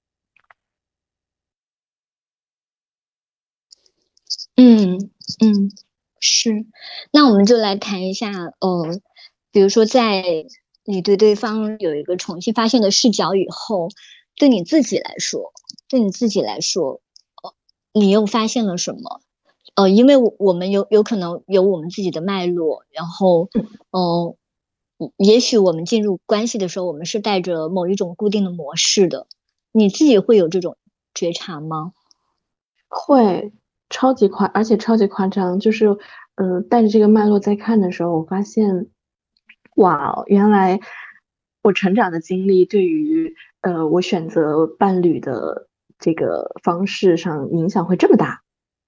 嗯嗯，是。那我们就来谈一下，比如说在你对对方有一个重新发现的视角以后，对你自己来说，对你自己来说，你又发现了什么？因为我们有可能有我们自己的脉络，然后，呃，也许我们进入关系的时候，我们是带着某一种固定的模式的。你自己会有这种觉察吗？ 会超级夸，而且超级夸张。就是，带着这个脉络在看的时候，我发现，哇，原来我成长的经历对于我选择伴侣的这个方式上影响会这么大。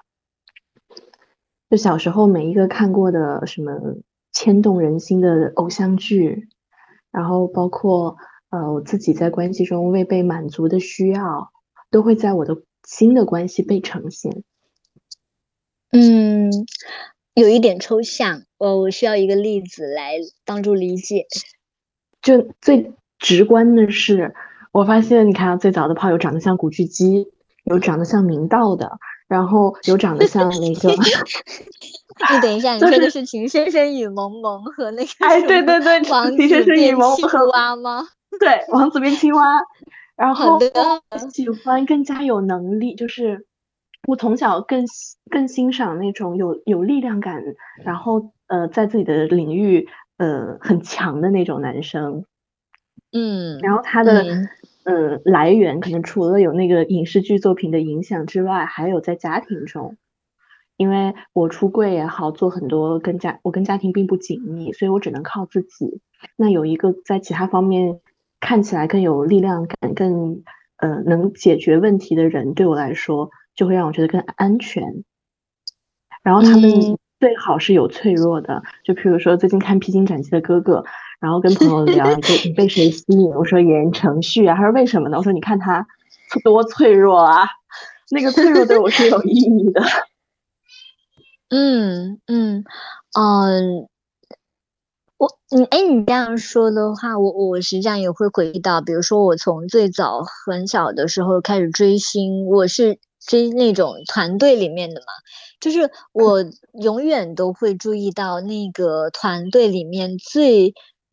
就小时候每一个看过的什么牵动人心的偶像剧，然后包括我自己在关系中未被满足的需要，都会在我的新的关系被呈现。 嗯，有一点抽象，我需要一个例子来帮助理解。 就最直观的是，我发现你看最早的炮友长得像古巨基，有长得像明道的，然后有长得像那个， 你等一下，你就是说的是《情深深雨蒙蒙》和那个哎， 什么对对对， 王 《情深深雨子变蒙蒙》和青蛙吗？ 对王子变青蛙，然后好的， 喜欢更加有能力，就是我从小更欣赏那种有力量感，然后在自己的领域很强的那种男生。然嗯后他的嗯来源可能除了有那个影视剧作品的影响之外，还有在家庭中。因为我出柜也好，做很多我跟家庭并不紧密，所以我只能靠自己。那有一个在其他方面看起来更有力量感、更能解决问题的人，对我来说就会让我觉得更安全。然后他嗯， 们最好是有脆弱的，就比如说最近看《披荆斩棘的哥哥》，然后跟朋友聊你被谁吸引？我说言承旭啊，他说为什么呢？我说你看他多脆弱啊，那个脆弱对我是有意义的。 嗯嗯嗯，你这样说的话，我实际上也会回忆到，比如说我从最早很小的时候开始追星，我是追那种团队里面的嘛，就是我永远都会注意到那个团队里面最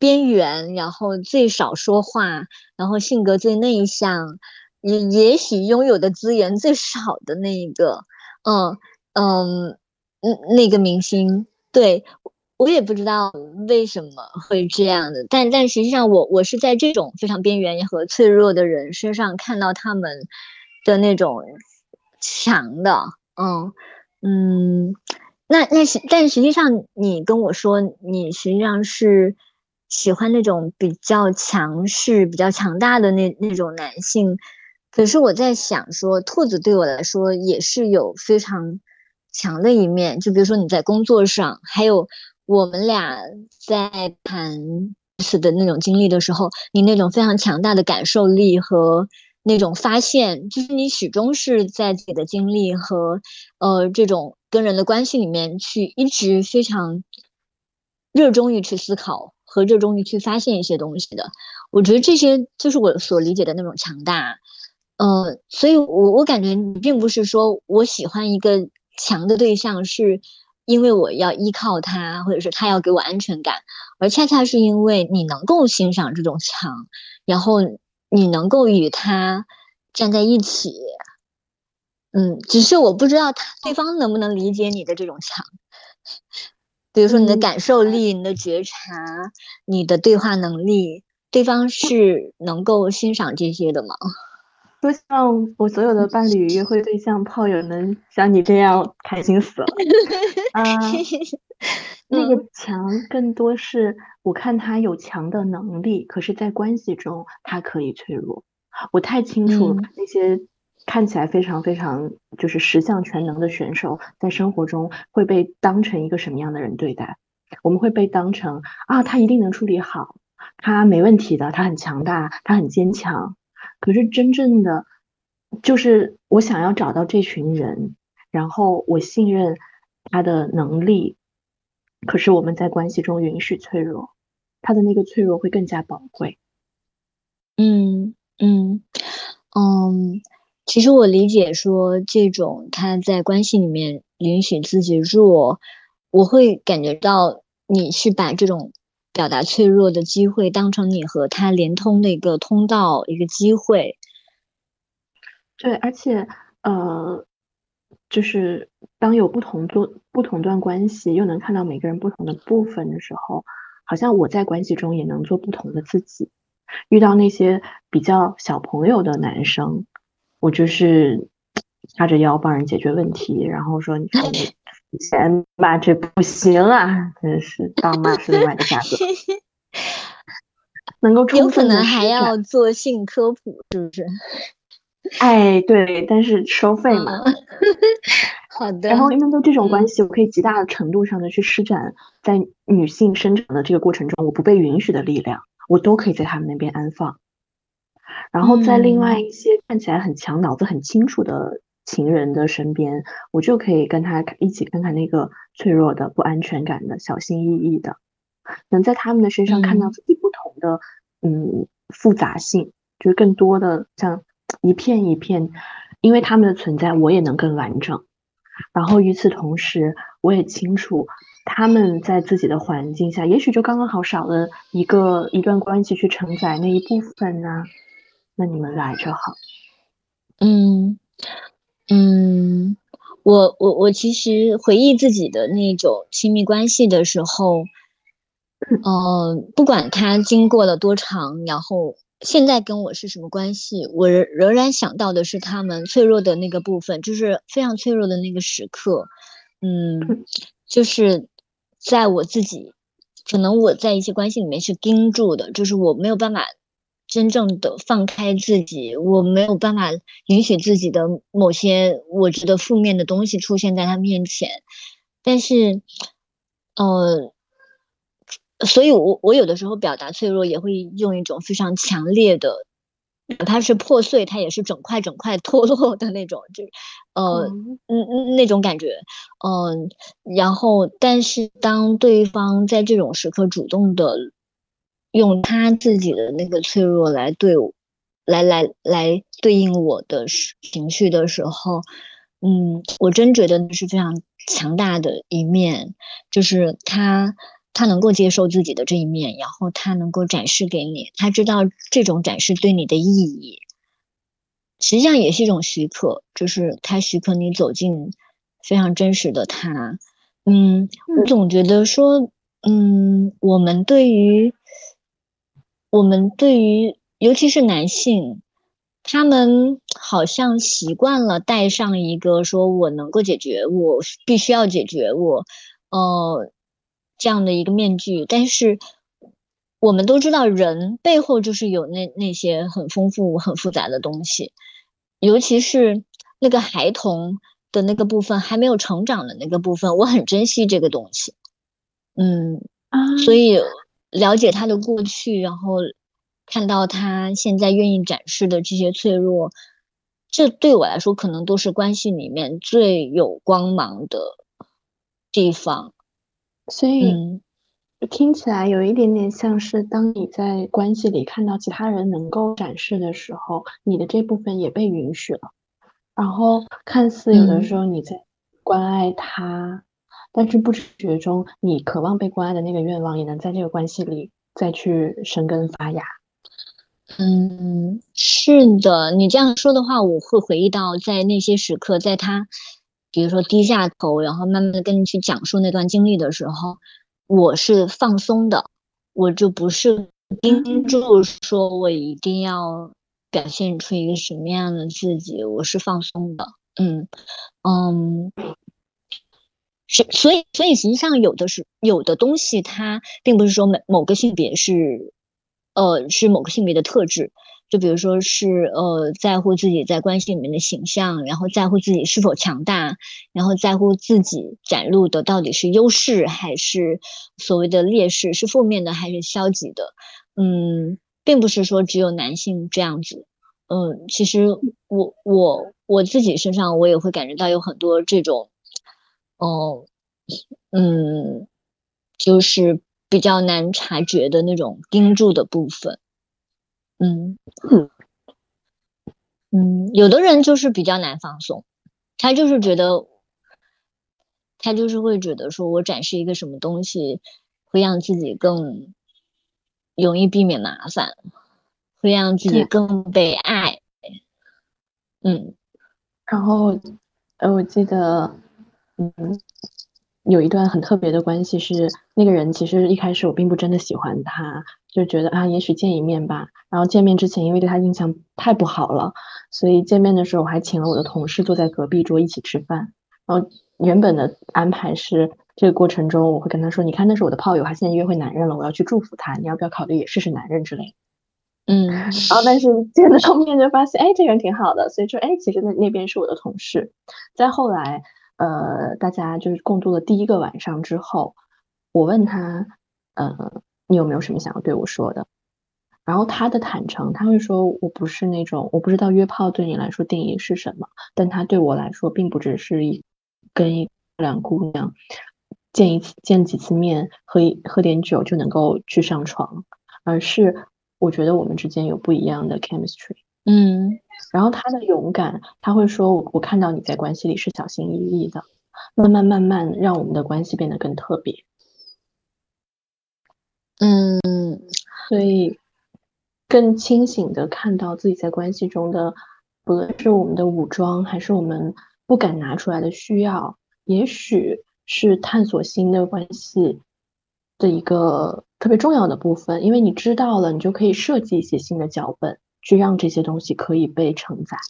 边缘，然后最少说话，然后性格最内向，也许拥有的资源最少的那一个，嗯那个明星。对，我也不知道为什么会这样的，但实际上我是在这种非常边缘和脆弱的人身上看到他们的那种强的。嗯嗯，但实际上你跟我说你实际上是喜欢那种比较强势、比较强大的那种男性，可是我在想说，兔子对我来说也是有非常强的一面，就比如说你在工作上，还有我们俩在谈此的那种经历的时候，你那种非常强大的感受力和那种发现，就是你始终是在自己的经历和这种跟人的关系里面去一直非常热衷于去思考和热衷于去发现一些东西的。我觉得这些就是我所理解的那种强大。所以我感觉你并不是说我喜欢一个强的对象，是因为我要依靠他，或者是他要给我安全感，而恰恰是因为你能够欣赏这种强，然后你能够与他站在一起。只是我不知道对方能不能理解你的这种强，比如说你的嗯， 感受力、你的觉察、你的对话能力，对方是能够欣赏这些的吗？ 多希望我所有的伴侣、约会对象、炮友能像你这样开心死了。啊、那个嗯强更多是我看他有强的能力，可是，在关系中他可以脆弱。我太清楚嗯那些看起来非常非常就是十项全能的选手，在生活中会被当成一个什么样的人对待？我们会被当成啊，他一定能处理好，他没问题的，他很强大，他很坚强。可是真正的就是我想要找到这群人，然后我信任他的能力，可是我们在关系中允许脆弱，他的那个脆弱会更加宝贵。 嗯嗯嗯，其实我理解说这种他在关系里面允许自己弱，我会感觉到你是把这种表达脆弱的机会当成你和他连通的一个通道，一个机会。 对，而且呃，就是当有不同段关系，又能看到每个人不同的部分的时候，好像我在关系中也能做不同的自己。遇到那些比较小朋友的男生，我就是叉着腰帮人解决问题，然后说：“你看你付钱吧，这不行啊，真是当骂是另外一个价格。”能够有充分的可能还施展。 要做性科普，是不是？ 哎，对，但是收费嘛。 嗯，好的。 然后面对这种关嗯系，我可以极大的程度上的去施展在女性生长的这个过程中我不被允许的力量，我都可以在他们那边安放。然后在另外嗯一些看起来很强、脑子很清楚的情人的身边，我就可以跟他一起看看那个脆弱的、不安全感的、小心翼翼的，能在他们的身上看到嗯自己不同的复杂性，就是更多的像一片一片，因为他们的存在，我也能更完整。然后与此同时，我也清楚他们在自己的环境下，也许就刚刚好少了一段关系去承载那一部分呢、那你们来就好。 嗯。嗯，我其实回忆自己的那种亲密关系的时候，不管他经过了多长，然后现在跟我是什么关系，我仍然想到的是他们脆弱的那个部分，就是非常脆弱的那个时刻。嗯，就是在我自己，可能我在一些关系里面是盯住的，就是我没有办法真正的放开自己，我没有办法允许自己的某些我觉得负面的东西出现在他面前，但是，呃，所以我有的时候表达脆弱也会用一种非常强烈的，哪怕是破碎，它也是整块整块脱落的那种，就嗯那种感觉。嗯、然后但是当对方在这种时刻主动的用他自己的那个脆弱来对我，来对应我的情绪的时候，我真觉得那是非常强大的一面，就是他。 他能够接受自己的这一面，然后他能够展示给你，他知道这种展示对你的意义，实际上也是一种许可，就是他许可你走进非常真实的他。我总觉得说，我们对于尤其是男性，他们好像习惯了戴上一个说我能够解决，我必须要解决我，这样的一个面具。但是我们都知道，人背后就是有那些很丰富、很复杂的东西，尤其是那个孩童的那个部分，还没有成长的那个部分，我很珍惜这个东西。嗯， 啊， 所以了解他的过去，然后看到他现在愿意展示的这些脆弱，这对我来说可能都是关系里面最有光芒的地方。 所以嗯听起来有一点点像是当你在关系里看到其他人能够展示的时候，你的这部分也被允许了。然后看似有的时嗯候你在关爱他，但是不知不觉中，你渴望被关爱的那个愿望也能在这个关系里再去生根发芽。 嗯，是的，你这样说的话，我会回忆到在那些时刻，在他比如说低下头，然后慢慢的跟你去讲述那段经历的时候，我是放松的，我就不是盯嗯， 住说我一定要表现出一个什么样的自己，我是放松的。嗯嗯，所以实际上有的东西，它并不是说某个性别是某个性别的特质，就比如说是在乎自己在关系里面的形象，然后在乎自己是否强大，然后在乎自己展露的到底是优势还是所谓的劣势，是负面的还是消极的。并不是说只有男性这样子。其实我自己身上我也会感觉到有很多这种。哦，嗯，就是比较难察觉的那种盯住的部分。嗯有的人就是比较难放松，他就是觉得，他就是会觉得说我展示一个什么东西，会让自己更容易避免麻烦，会让自己对。 更被爱。嗯然后，我记得，嗯，有一段很特别的关系是，那个人其实一开始我并不真的喜欢他，就觉得啊，也许见一面吧。然后见面之前，因为对他印象太不好了，所以见面的时候我还请了我的同事坐在隔壁桌一起吃饭。然后原本的安排是，这个过程中我会跟他说：“你看，那是我的炮友，他现在约会男人了，我要去祝福他，你要不要考虑也试试男人之类的。” 嗯然后但是见到面就发现，哎，这个人挺好的，所以说，哎，其实那边是我的同事。再后来，大家就是共度了第一个晚上之后，我问他，你有没有什么想要对我说的？然后他的坦诚，他会说，我不是那种，我不知道约炮对你来说定义是什么，但他对我来说，并不只是跟一个漂亮姑娘见几次面，喝点酒就能够去上床，而是我觉得我们之间有不一样的 chemistry。 嗯然后他的勇敢，他会说我看到你在关系里是小心翼翼的，慢慢慢慢让我们的关系变得更特别。 嗯所以更清醒的看到自己在关系中的，不论是我们的武装，还是我们不敢拿出来的需要，也许是探索新的关系的一个特别重要的部分。因为你知道了，你就可以设计一些新的脚本，去让这些东西可以被承载。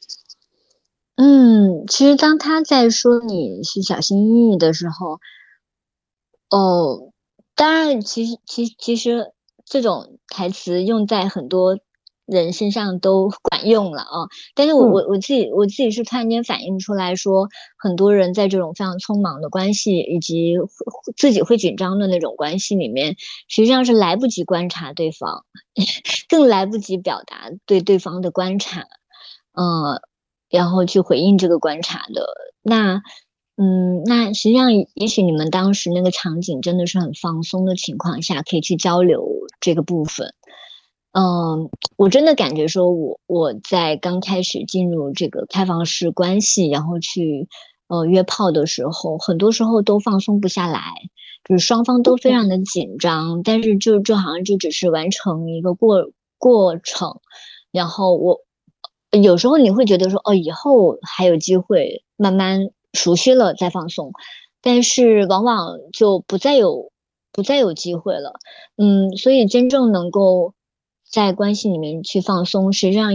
其实当他在说你是小心翼翼的时候，哦，当然，其实这种台词用在很多人身上都管用了啊。但是嗯， 我自己是突然间反应出来说，很多人在这种非常匆忙的关系以及自己会紧张的那种关系里面，实际上是来不及观察对方，更来不及表达对对方的观察，嗯，然后去回应这个观察的。那实际上，也许你们当时那个场景真的是很放松的情况下，可以去交流这个部分。我真的感觉说我在刚开始进入这个开放式关系，然后去约炮的时候，很多时候都放松不下来，就是双方都非常的紧张，但是就好像就只是完成一个过程，然后有时候你会觉得说，哦，以后还有机会慢慢熟悉了再放松，但是往往就不再有机会了。所以真正能够在关系里面去放松，实际上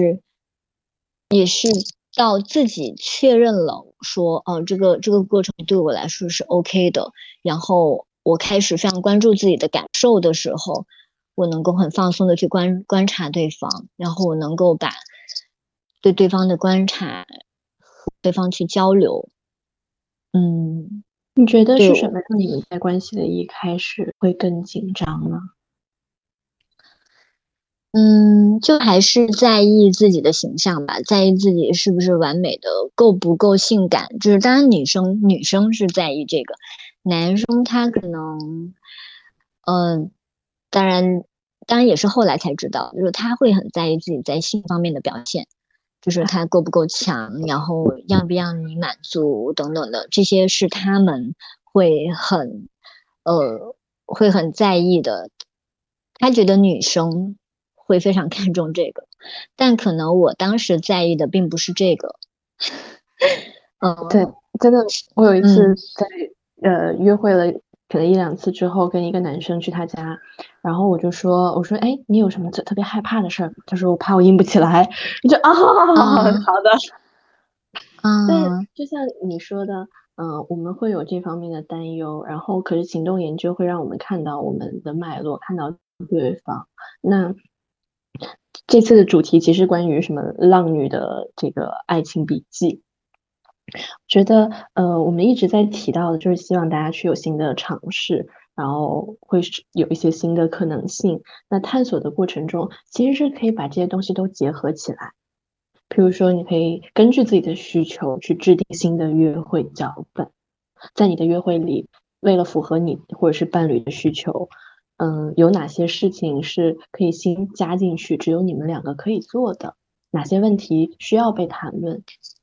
也是到自己确认了说，哦，这个过程对我来说是 OK 的，然后我开始非常关注自己的感受的时候，我能够很放松的去观察对方，然后我能够把对对方的观察和对方去交流。嗯， 你觉得对， 是什么让你们在关系的一开始会更紧张呢？ 就还是在意自己的形象吧，在意自己是不是完美的，够不够性感。就是当然女生是在意这个，男生他可能，嗯、当然当然也是后来才知道，就是他会很在意自己在性方面的表现，就是他够不够强，然后让不让你满足等等的，这些是他们会很会很在意的。他觉得女生会非常看重这个，但可能我当时在意的并不是这个。 对， 嗯真的，我有一次嗯在约会了可能一两次之后，跟一个男生去他家，然后我说，哎，你有什么特别害怕的事儿？他说我怕我硬不起来。你就啊好的。但是啊就像你说的，我们会有这方面的担忧，然后可是行动研究会让我们看到我们的脉络，看到对方。那这次的主题其实关于什么浪女的这个爱情笔记，觉得我们一直在提到的就是希望大家去有新的尝试，然后会是有一些新的可能性。那探索的过程中，其实是可以把这些东西都结合起来。比如说，你可以根据自己的需求去制定新的约会脚本，在你的约会里，为了符合你或者是伴侣的需求，有哪些事情是可以新加进去，只有你们两个可以做的？哪些问题需要被谈论？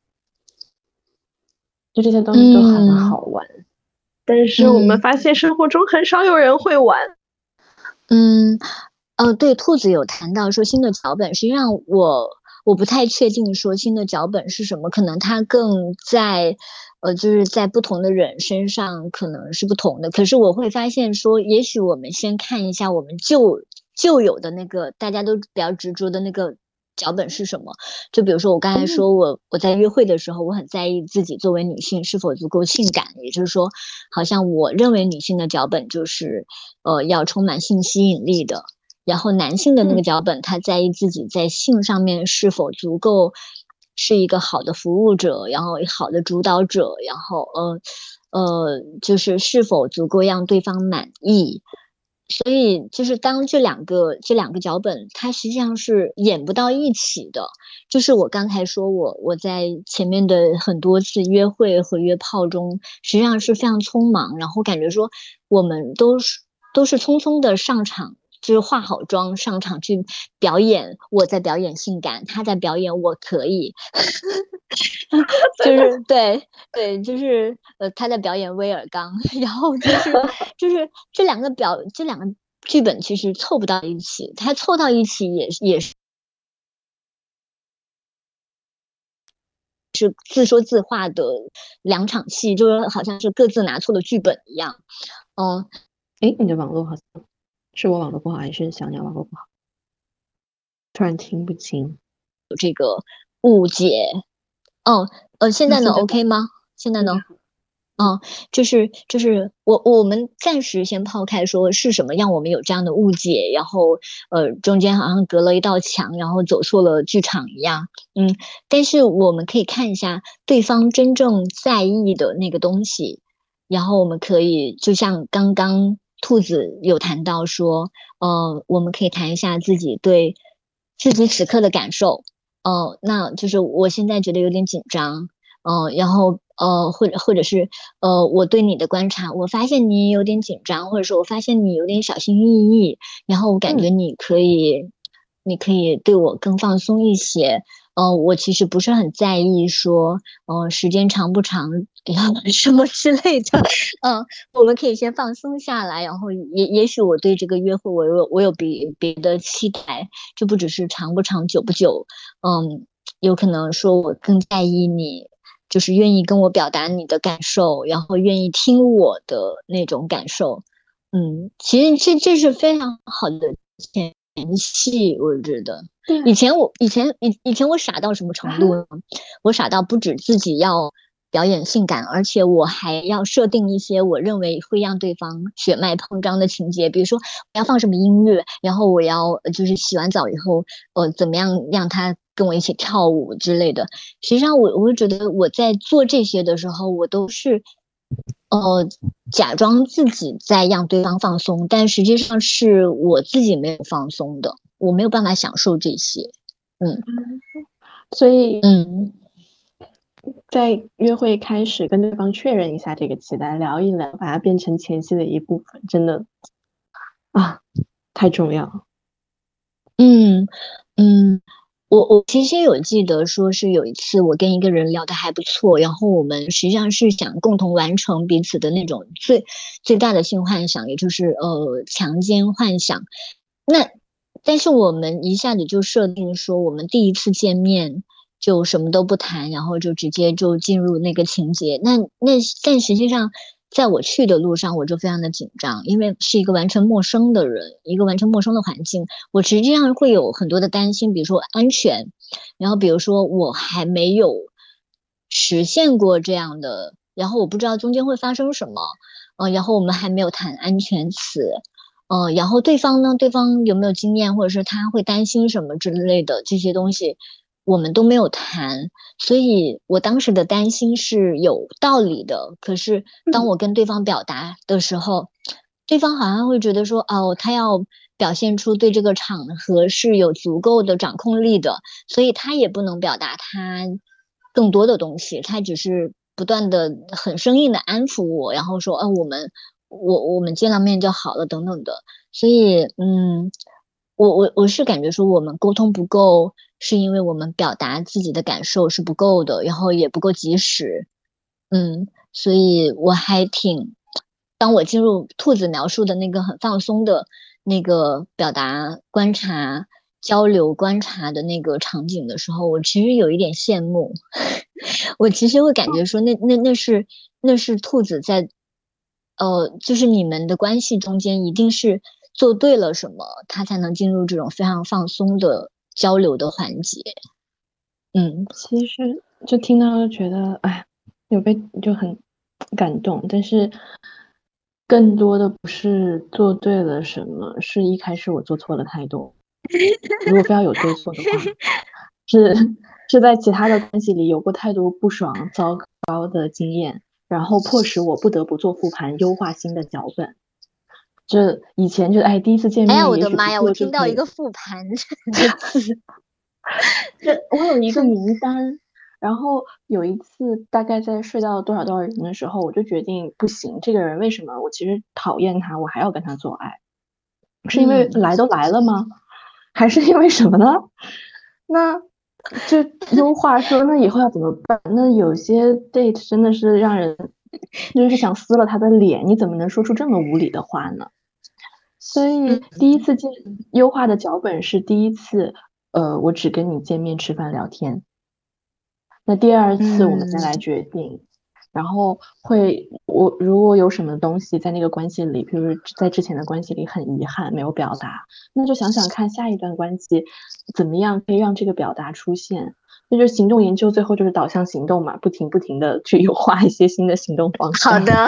就这些东西都很嗯好玩，但是我们嗯发现生活中很少有人会玩。 嗯，对，兔子有谈到说新的脚本，实际上我不太确定说新的脚本是什么，可能它更在就是在不同的人身上可能是不同的。可是我会发现说，也许我们先看一下我们旧有的那个大家都比较执着的那个脚本是什么。就比如说我刚才嗯说我在约会的时候，我很在意自己作为女性是否足够性感，也就是说，好像我认为女性的脚本就是要充满性吸引力的。然后男性的那个嗯脚本，他在意自己在性上面是否足够是一个好的服务者，然后好的主导者，然后就是是否足够让对方满意。所以就是当这两个脚本，它实际上是演不到一起的。就是我刚才说我在前面的很多次约会和约炮中，实际上是非常匆忙，然后感觉说我们都是匆匆的上场，就是化好妆上场去表演，我在表演性感，他在表演我可以，就是对对，就是他在表演威尔刚，然后就是这两个剧本其实凑不到一起，他凑到一起也是自说自话的两场戏，就是好像是各自拿错了剧本一样。嗯， 哎，你的网络好像是我网络不好，还是小鸟网络不好？突然听不清。 误解。哦，现在呢那现在 ？OK 吗？现在呢？ 现在好。嗯嗯，就是我们暂时先抛开说是什么让我们有这样的误解，然后中间好像隔了一道墙，然后走错了剧场一样。但是我们可以看一下对方真正在意的那个东西，然后我们可以就像刚刚兔子有谈到说，我们可以谈一下自己对自己此刻的感受。那就是我现在觉得有点紧张。然后或者是我对你的观察，我发现你有点紧张，或者说我发现你有点小心翼翼，然后我感觉嗯你可以对我更放松一些。 我其实不是很在意说，时间长不长，什么之类的，我们可以先放松下来，然后也许我对这个约会我有别的期待，就不只是长不长久不久，有可能说我更在意你，就是愿意跟我表达你的感受，然后愿意听我的那种感受，其实这是非常好的前戏，我觉得。 对， 以前我傻到什么程度呢？我傻到不止自己要表演性感，而且我还要设定一些我认为会让对方血脉膨胀的情节，比如说我要放什么音乐，然后我要就是洗完澡以后，怎么样让他跟我一起跳舞之类的。实际上我会觉得我在做这些的时候，我都是假装自己在让对方放松，但实际上是我自己没有放松的，我没有办法享受这些。嗯所以嗯。 在约会开始跟对方确认一下这个期待，聊一聊，把它变成前戏的一部分，真的啊，太重要了。 嗯嗯，我其实有记得说是有一次我跟一个人聊得还不错，然后我们实际上是想共同完成彼此的那种最大的性幻想，也就是强奸幻想。那但是我们一下子就设定说我们第一次见面就什么都不谈，然后就直接就进入那个情节。但实际上，在我去的路上，我就非常的紧张，因为是一个完全陌生的人，一个完全陌生的环境，我实际上会有很多的担心，比如说安全，然后比如说我还没有实现过这样的，然后我不知道中间会发生什么，然后我们还没有谈安全词。然后对方呢，对方有没有经验，或者是他会担心什么之类的这些东西，我们都没有谈，所以我当时的担心是有道理的。可是当我跟对方表达的时候，对方好像会觉得说，哦，他要表现出对这个场合是有足够的掌控力的，所以他也不能表达他更多的东西，他只是不断的很生硬的安抚我，然后说，我们见了面就好了，等等的。所以，我是感觉说我们沟通不够，是因为我们表达自己的感受是不够的，然后也不够及时。所以我还挺，当我进入兔子描述的那个很放松的那个表达、观察、交流、观察的那个场景的时候，我其实有一点羡慕。我其实会感觉说那是兔子在，就是你们的关系中间一定是做对了什么，它才能进入这种非常放松的交流的环节。嗯其实就听到就觉得，哎，就很感动，但是更多的不是做对了什么，是一开始我做错了太多。如果非要有对错的话，是是在其他的关系里有过太多不爽、糟糕的经验，然后迫使我不得不做复盘，优化新的脚本。这以前就哎，第一次见哎呀， 面也许不我的妈呀！我做就可以， 听到一个复盘这个字， 这我有一个名单，然后有一次大概在睡到多少多少人的时候，我就决定不行，这个人为什么我其实讨厌他，我还要跟他做爱？是因为嗯， 来都来了吗？还是因为什么呢？那就优化说，那以后要怎么办？那有些 date 真的是让人就是想撕了他的脸，你怎么能说出这么无理的话呢？所以第一次优化的脚本是第一次，我只跟你见面吃饭聊天。那第二次我们再来嗯决定，然后我如果有什么东西在那个关系里，比如在之前的关系里很遗憾没有表达，那就想想看下一段关系怎么样可以让这个表达出现。那就是行动研究，最后就是导向行动嘛，不停的去优化一些新的行动方向。 好的，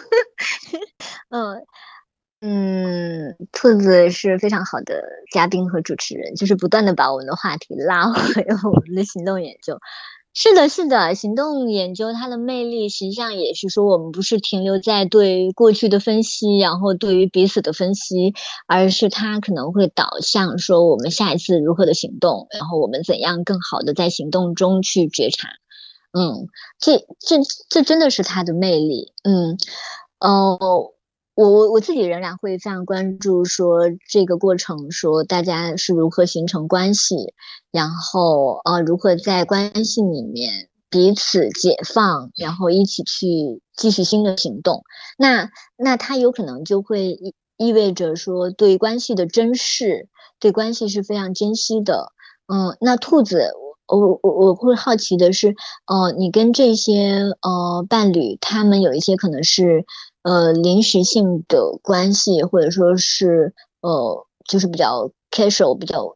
嗯兔子是非常好的嘉宾和主持人，就是不断的把我们的话题拉回我们的行动研究。是的，是的，行动研究它的魅力，实际上也是说，我们不是停留在对过去的分析，然后对于彼此的分析，而是它可能会导向说，我们下一次如何的行动，然后我们怎样更好的在行动中去觉察。嗯，这真的是它的魅力。哦， 我自己仍然会非常关注说这个过程，说大家是如何形成关系，然后如何在关系里面彼此解放，然后一起去继续新的行动。那它有可能就会意味着说对关系的珍视，对关系是非常珍惜的。那兔子，我会好奇的是，你跟这些伴侣，他们有一些可能是临时性的关系，或者说是就是比较 casual、比较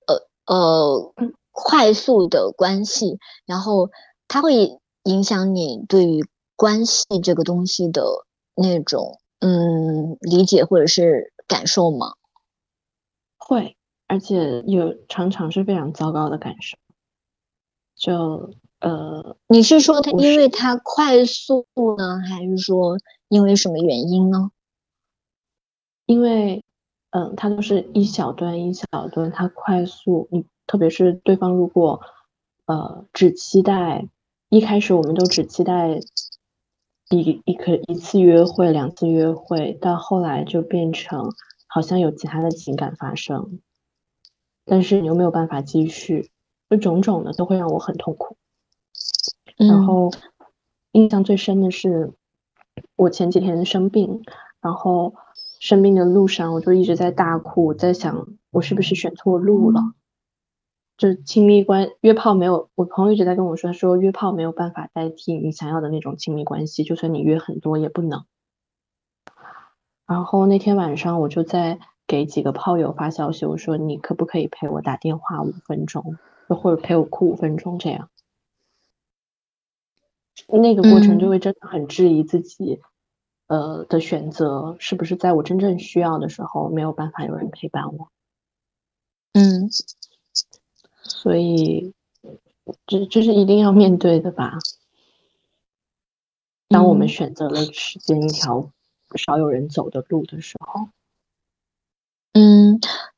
快速的关系，然后它会影响你对于关系这个东西的那种理解或者是感受吗？ 会，而且常常是非常糟糕的感受。就你是说它我是因为它快速呢，还是说因为什么原因呢？ 因为它都是一小段一小段，它快速，特别是对方如果只期待一开始我们都只期待一次约会、2次约会，到后来就变成好像有其他的情感发生，但是你又没有办法继续，就种种的都会让我很痛苦。然嗯后印象最深的是我前几天生病，然后生病的路上我就一直在大哭，在想我是不是选错路了。就是约炮没有，我朋友一直在跟我说，他说约炮没有办法代替你想要的那种亲密关系，就算你约很多也不能。然后那天晚上我就在给几个炮友发消息，我说你可不可以陪我打电话5分钟，或者陪我哭5分钟这样。那个过程就嗯会真的很质疑自己，的选择是不是在我真正需要的时候没有办法有人陪伴我。 嗯所以这是一定要面对的吧。当我们嗯选择了时间一条少有人走的路的时候。 嗯。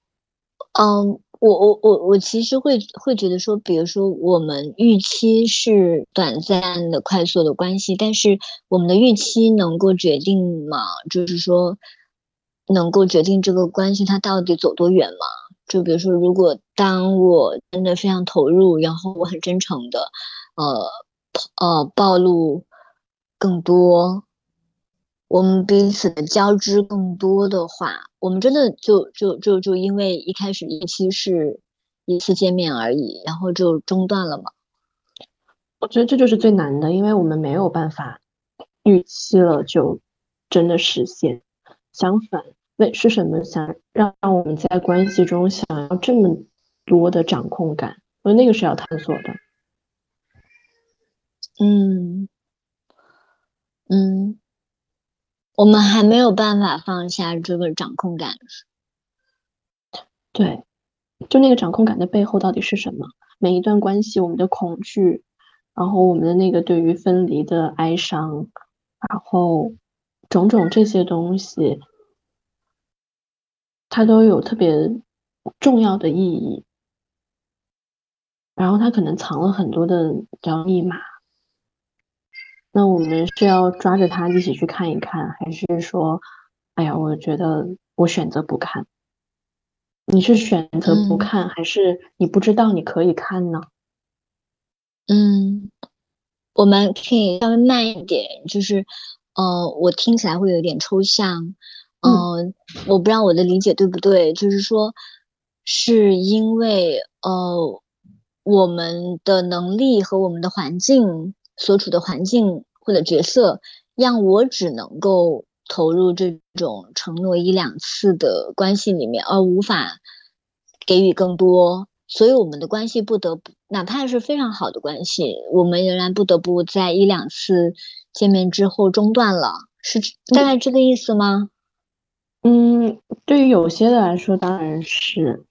我其实会觉得说，比如说我们预期是短暂的、快速的关系，但是我们的预期能够决定吗？就是说，能够决定这个关系它到底走多远吗？就比如说，如果当我真的非常投入，然后我很真诚的，呃暴露更多。我们彼此的交织更多的话，我们真的就因为一开始预期是一次见面而已，然后就中断了嘛。 我觉得这就是最难的，因为我们没有办法预期了就真的实现。相反，是什么让我们在关系中想要这么多的掌控感？我觉得那个是要探索的。 嗯嗯，我们还没有办法放下这个掌控感。 对，就那个掌控感的背后到底是什么？每一段关系，我们的恐惧，然后我们的那个对于分离的哀伤，然后种种这些东西，它都有特别重要的意义。然后它可能藏了很多的叫密码。那我们是要抓着它一起去看一看，还是说，哎呀，我觉得我选择不看？你是选择不嗯看，还是你不知道你可以看呢？ 嗯，我们可以稍微慢一点，就是我听起来会有点抽象。 嗯， 我不知道我的理解对不对，就是说，是因为我们的能力和我们的环境所处的环境或者角色，让我只能够投入这种承诺1、2次的关系里面，而无法给予更多。所以我们的关系不得不，哪怕是非常好的关系，我们仍然不得不在1、2次见面之后中断了，是大概这个意思吗？ 嗯，对于有些的来说当然是。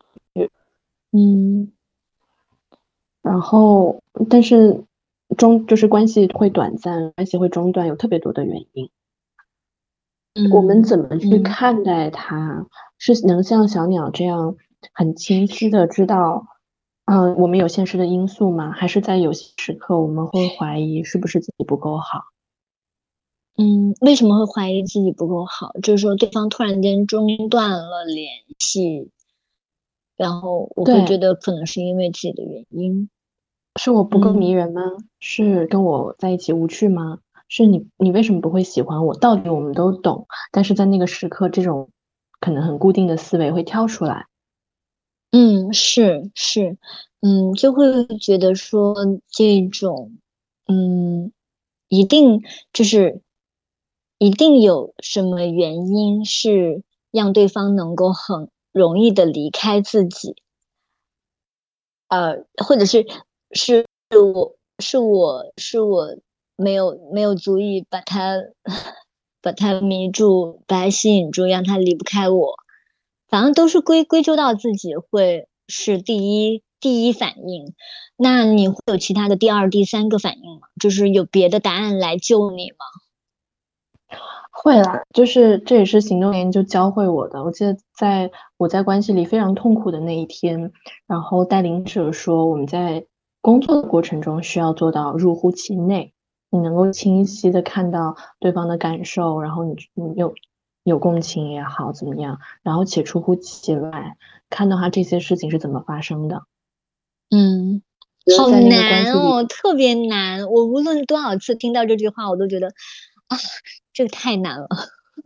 嗯然后但是就是关系会短暂，关系会中断，有特别多的原因。我们嗯怎么去嗯看待它？是能像小鸟这样很清晰的知道，我们有现实的因素吗？还是在有些时刻我们会怀疑是不是自己不够好？ 为什么会怀疑自己不够好？就是说对方突然间中断了联系，然后我会觉对， 得可能是因为自己的原因。 是我不够迷嗯人吗？是跟我在一起无趣吗？是你为什么不会喜欢我？道理我们都懂，但是在那个时刻，这种可能很固定的思维会挑出来。 是是，就会觉得说这种，嗯，一定就是一定有什么原因是让对方能够很容易的离开自己，或者是我没有足以把他把他迷住，把他吸引住，让他离不开我。反正都是归咎到自己会是第一反应。那你会有其他的第二、第三个反应吗？就是有别的答案来救你吗？ 会啦，就是这也是行动研究教会我的。我记得在我在关系里非常痛苦的那一天，然后带领者说我们在工作的过程中需要做到入乎其内，你能够清晰的看到对方的感受，然后你有共情也好怎么样，然后且出乎其外，看到他这些事情是怎么发生的。 嗯，好觉得在那个关系里， 难哦，特别难。我无论多少次听到这句话，我都觉得啊，这个太难了。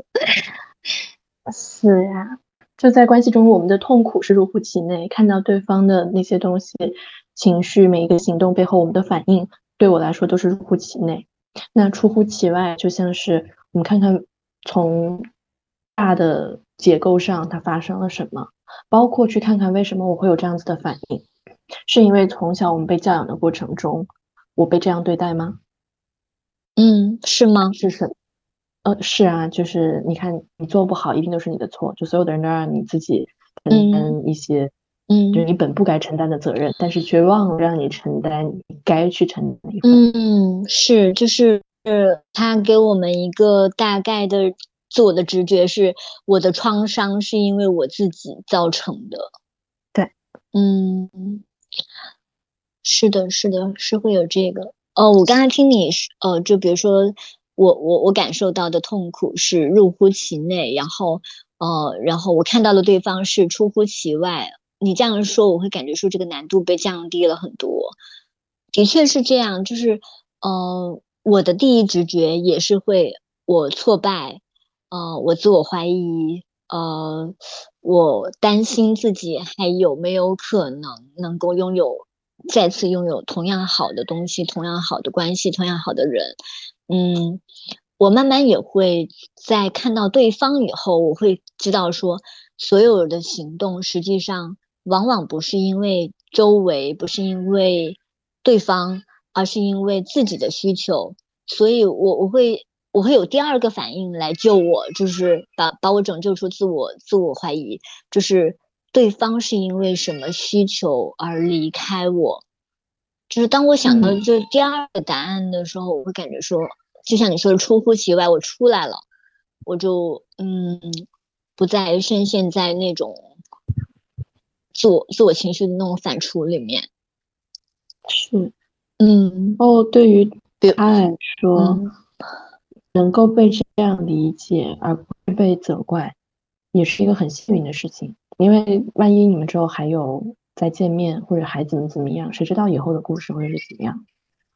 是呀，就在关系中，我们的痛苦是入乎其内，看到对方的那些东西、情绪，每一个行动背后我们的反应，对我来说都是入乎其内。那出乎其外，就像是我们看看从大的结构上它发生了什么，包括去看看为什么我会有这样子的反应，是因为从小我们被教养的过程中，我被这样对待吗？ 是吗？ 是什是啊，就是你看你做不好，一定都是你的错，就所有的人都让你自己承嗯担一些，就是嗯你本不该承担的责任，但是却忘了让你承担你该去承担的一份。 是，就是他给我们一个大概的自我的直觉是，我的创伤是因为我自己造成的。 对， 嗯，是的，是的，是会有这个。我刚才听你说，就比如说我感受到的痛苦是入乎其内，然后我看到的对方是出乎其外。你这样说，我会感觉说这个难度被降低了很多。的确是这样，就是我的第一直觉也是会我挫败，我自我怀疑，我担心自己还有没有可能能够再次拥有同样好的东西、同样好的关系、同样好的人。嗯，我慢慢也会在看到对方以后，我会知道说，所有的行动实际上往往不是因为周围，不是因为对方，而是因为自己的需求。所以我会有第二个反应来救我，就是把我拯救出自我怀疑，就是对方是因为什么需求而离开我。就是当我想到嗯， 这第二个答案的时候，我会感觉说，就像你说的，出乎其外，我出来了，我就不再深陷在那种自我情绪的那种反刍里面。 是。 嗯， 哦，对于比如他来说， 嗯能够被这样理解而不是被责怪，也是一个很幸运的事情。因为万一你们之后还有再见面，或者还怎么样，谁知道以后的故事会是怎么样？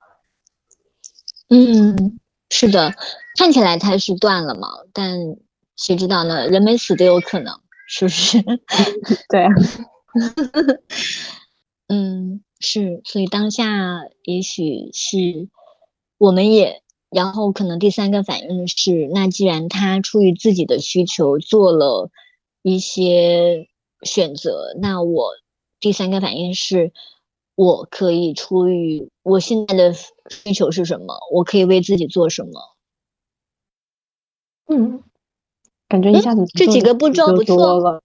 嗯，是的，看起来他是断了嘛，但谁知道呢？人没死都有可能，是不是？ 对啊， 是，所以当下也许是我们也，然后可能第三个反应是，那既然他出于自己的需求做了一些选择，那我第三个反应是，我可以出于我现在的需求是什么，我可以为自己做什么。 嗯，感觉一下子能这做的事几个步骤情就不错， 多了。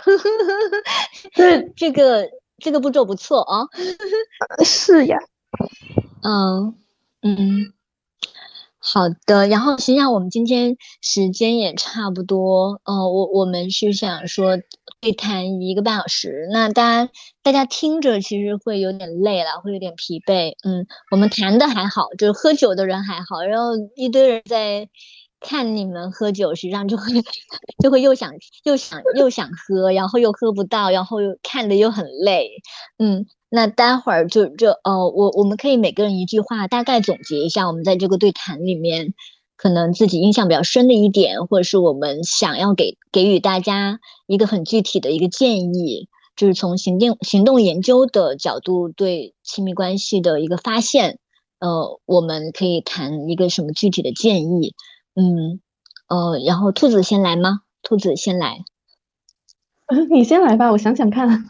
对， 这个步骤不错啊。 是呀。 嗯嗯。好的，然后实际上我们今天时间也差不多，我们是想说对谈1个半小时，那大家听着其实会有点累了，会有点疲惫，我们谈的还好，就是喝酒的人还好，然后一堆人在看你们喝酒，实际上就会又想喝，然后又喝不到，然后又看的又很累。那待会儿我们可以每个人一句话，大概总结一下我们在这个对谈里面可能自己印象比较深的一点，或者是我们想要给予大家一个很具体的一个建议，就是从行动研究的角度对亲密关系的一个发现。我们可以谈一个什么具体的建议？嗯，然后兔子先来吗？兔子先来。 你先来吧，我想想看。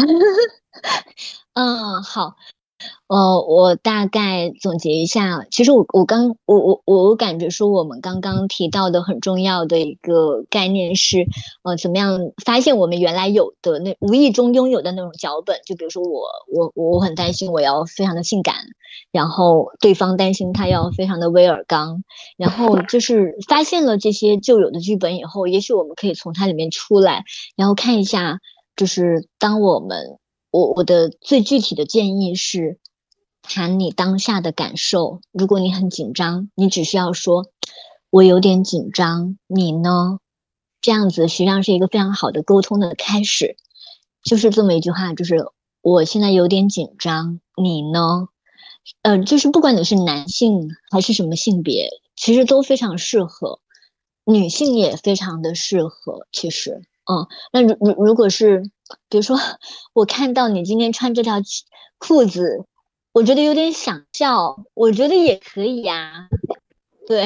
好。我大概总结一下，其实我感觉说我们刚刚提到的很重要的一个概念是，怎么样发现我们原来有的那无意中拥有的那种脚本，就比如说我很担心我要非常的性感，然后对方担心他要非常的威尔刚，然后就是发现了这些旧有的剧本以后，也许我们可以从它里面出来，然后看一下，就是当我的最具体的建议是，谈你当下的感受。如果你很紧张，你只需要说“我有点紧张”，你呢？这样子实际上是一个非常好的沟通的开始，就是这么一句话，就是我现在有点紧张，你呢？就是不管你是男性还是什么性别，其实都非常适合，女性也非常的适合，其实。那如果是，比如说，我看到你今天穿这条裤子，我觉得有点想笑，我觉得也可以呀。对。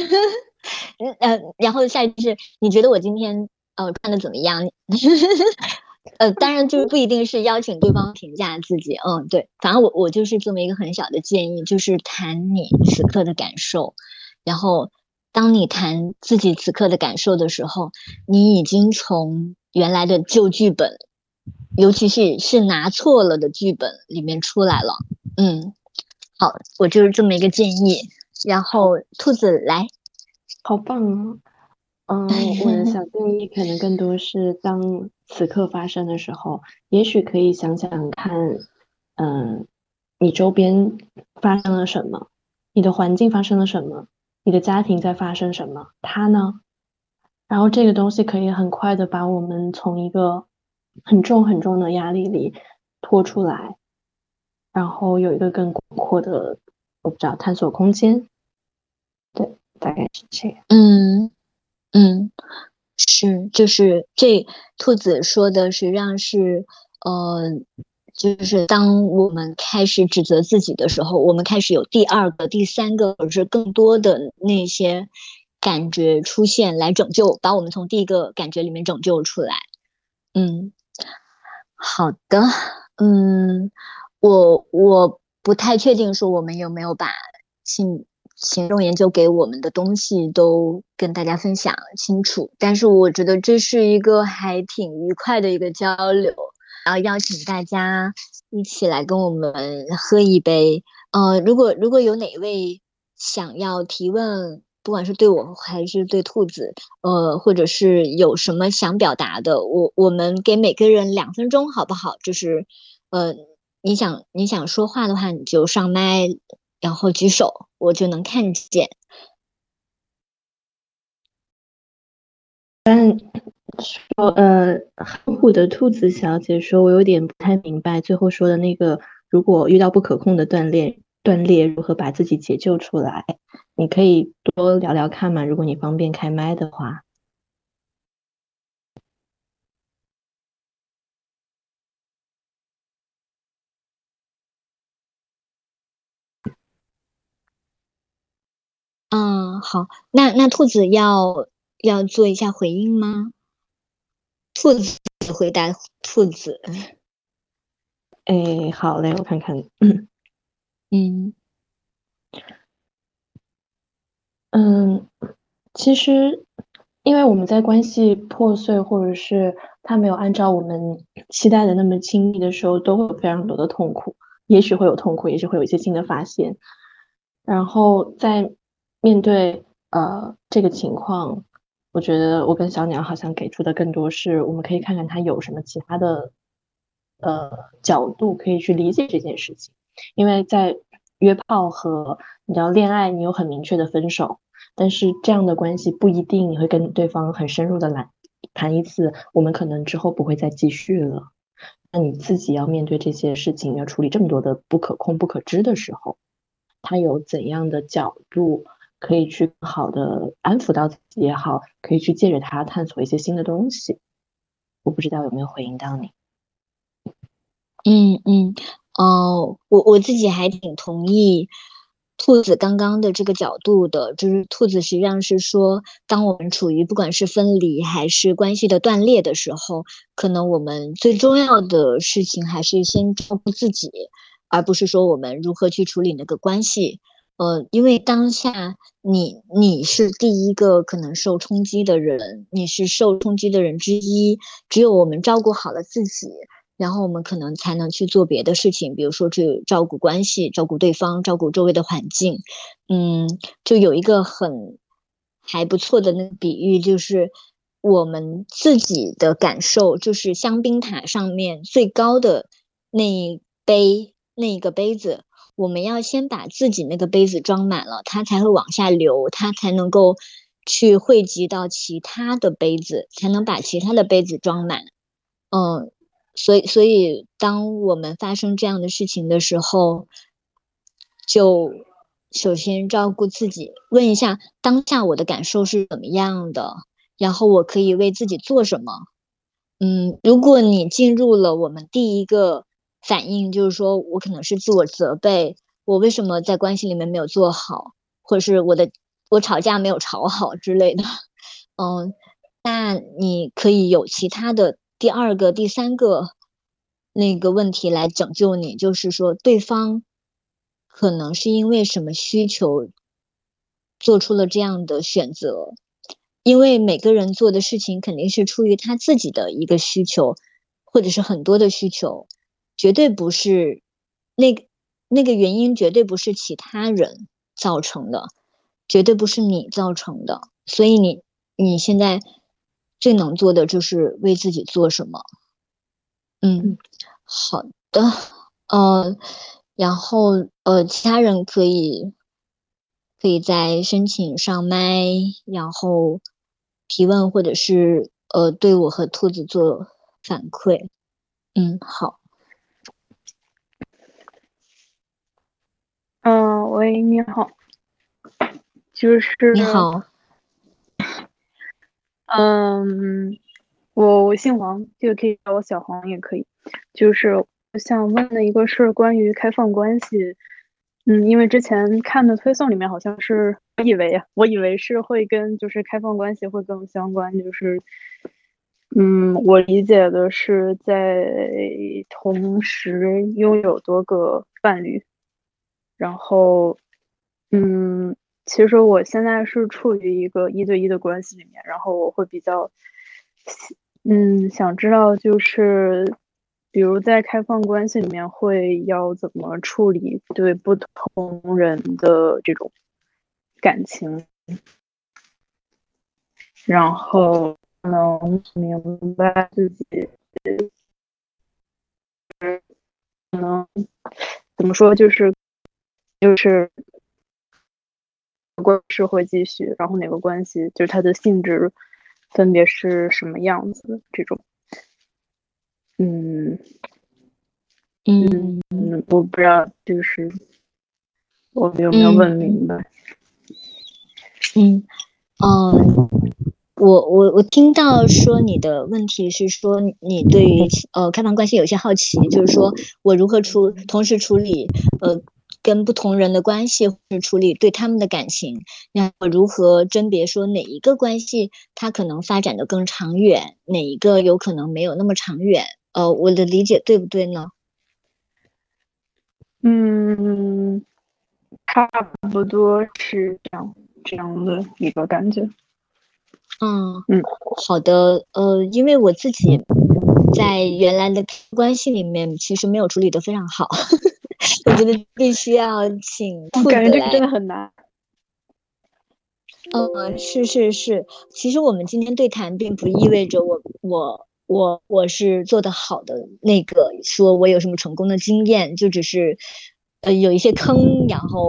然后下一句是，你觉得我今天穿的怎么样？当然就是不一定是邀请对方评价自己，对，反正我就是这么一个很小的建议，就是谈你此刻的感受，然后当你谈自己此刻的感受的时候，你已经从原来的旧剧本，尤其是拿错了的剧本里面出来了。好，我就是这么一个建议。然后兔子来。 好棒啊！我的小建议可能更多是，当此刻发生的时候，也许可以想想看，你周边发生了什么，你的环境发生了什么，你的家庭在发生什么，他呢？然后这个东西可以很快的把我们从一个很重很重的压力里拖出来，然后有一个更广阔的，我不知道，探索空间。对，大概是这样。 嗯嗯。是，就是这兔子说的，实际上是，就是当我们开始指责自己的时候，我们开始有第二个、第三个，或者是更多的那些感觉出现，来拯救，把我们从第一个感觉里面拯救出来。嗯，好的。嗯，我不太确定说我们有没有把性行动研究给我们的东西都跟大家分享清楚，但是我觉得这是一个还挺愉快的一个交流，然后邀请大家一起来跟我们喝一杯。如果有哪位想要提问，不管是对我还是对兔子，或者是有什么想表达的，我们给每个人2分钟，好不好？就是，呃，你想说话的话，你就上麦，然后举手，我就能看见。 呵护的兔子小姐说，我有点不太明白最后说的那个，如果遇到不可控的断裂，如何把自己解救出来？你可以多聊聊看嘛，如果你方便开麦的话。 好，那兔子要做一下回应吗？兔子回答兔子。 哎，好嘞，我看看。 嗯嗯，其实，因为我们在关系破碎，或者是他没有按照我们期待的那么亲密的时候，都会有非常多的痛苦，也许会有痛苦，也许会有一些新的发现。然后在面对这个情况，我觉得我跟小鸟好像给出的更多是，我们可以看看他有什么其他的角度可以去理解这件事情，因为在约炮和你知道，恋爱你有很明确的分手，但是这样的关系不一定你会跟对方很深入的来谈一次，我们可能之后不会再继续了。那你自己要面对这些事情，要处理这么多的不可控、不可知的时候，他有怎样的角度可以去好的安抚到自己也好，可以去借着他探索一些新的东西。我不知道有没有回应到你。 嗯嗯，我自己还挺同意兔子刚刚的这个角度的，就是兔子实际上是说，当我们处于不管是分离还是关系的断裂的时候，可能我们最重要的事情还是先照顾自己，而不是说我们如何去处理那个关系。因为当下你是第一个可能受冲击的人，你是受冲击的人之一，只有我们照顾好了自己。然后我们可能才能去做别的事情，比如说去照顾关系、照顾对方、照顾周围的环境。就有一个很还不错的那个比喻，就是我们自己的感受，就是香槟塔上面最高的那一个杯子，我们要先把自己那个杯子装满了，它才会往下流，它才能够去汇集到其他的杯子，才能把其他的杯子装满。嗯，所以，当我们发生这样的事情的时候，就首先照顾自己，问一下当下我的感受是怎么样的，然后我可以为自己做什么。如果你进入了我们第一个反应，就是说我可能是自我责备，我为什么在关系里面没有做好，或者是我吵架没有吵好之类的，嗯，那你可以有其他的第二个、第三个那个问题来拯救你，就是说对方可能是因为什么需求做出了这样的选择，因为每个人做的事情肯定是出于他自己的一个需求，或者是很多的需求，绝对不是那个那个原因，绝对不是其他人造成的，绝对不是你造成的，所以你现在最能做的就是为自己做什么。嗯， 嗯好的，呃，然后其他人可以再申请上麦，然后提问或者是对我和兔子做反馈。好， 喂，你好，就是你好， 嗯，我姓黄，这个可以叫我小黄也可以。就是我想问的一个是关于开放关系，因为之前看的推送里面好像是，我以为是会跟就是开放关系会更相关，就是我理解的是在同时拥有多个伴侣，然后嗯。其实我现在是处于一个一对一的关系里面，然后我会比较，想知道就是，比如在开放关系里面会要怎么处理对不同人的这种感情，然后能明白自己怎么说，就是关系会继续，然后哪个关系就是它的性质分别是什么样子这种。嗯嗯我不知道，就是我有没有问嗯明白？ 嗯嗯，我听到说你的问题是说你对于开放关系有些好奇，就是说我如何同时处理跟不同人的关系，或者处理对他们的感情，然后如何甄别说哪一个关系它可能发展的更长远，哪一个有可能没有那么长远？我的理解对不对呢？ 嗯，差不多是这样的一个感觉。 嗯， 嗯好的，因为我自己在原来的关系里面其实没有处理得非常好，我觉得必须要请我兔子来。 感觉这个真的很难。 是是是，其实我们今天对谈并不意味着我是做得好的那个，说我有什么成功的经验，就只是有一些坑，然后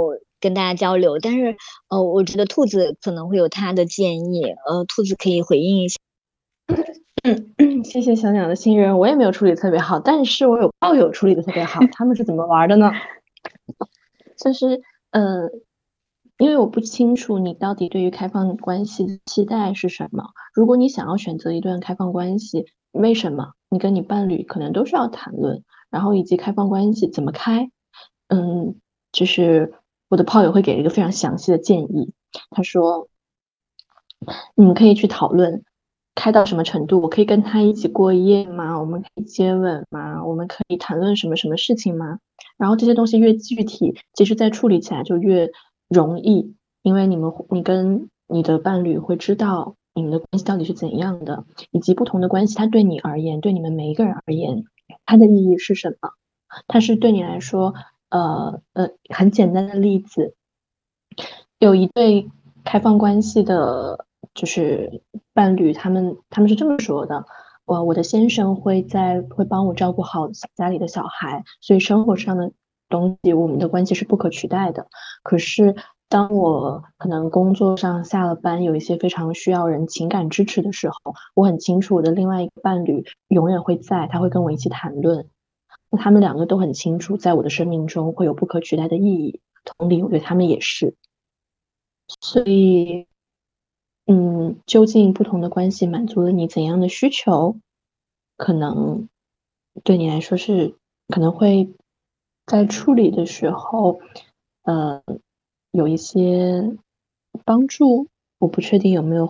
跟大家交流。但是我觉得兔子可能会有他的建议，兔子可以回应一下。 谢谢小鸟的信任，我也没有处理特别好，但是我有炮友处理的特别好，他们是怎么玩的呢？就是因为我不清楚你到底对于开放关系的期待是什么。如果你想要选择一段开放关系，为什么？你跟你伴侣可能都需要谈论，然后以及开放关系怎么开。就是我的炮友会给一个非常详细的建议，他说你们可以去讨论开到什么程度，我可以跟他一起过夜吗？我们可以接吻吗？我们可以谈论什么什么事情吗？然后这些东西越具体，其实在处理起来就越容易，因为你跟你的伴侣会知道你们的关系到底是怎样的，以及不同的关系，它对你而言，对你们每一个人而言，它的意义是什么？它是对你来说，很简单的例子，有一对开放关系的，就是伴侣，他们是这么说的：我的先生会帮我照顾好家里的小孩，所以生活上的东西，我们的关系是不可取代的。可是当我可能工作上下了班，有一些非常需要人情感支持的时候，我很清楚我的另外一个伴侣永远会在，他会跟我一起谈论。那他们两个都很清楚，在我的生命中会有不可取代的意义。同理，我对他们也是。所以，究竟不同的关系满足了你怎样的需求，可能对你来说可能会在处理的时候，呃，有一些帮助。我不确定有没有。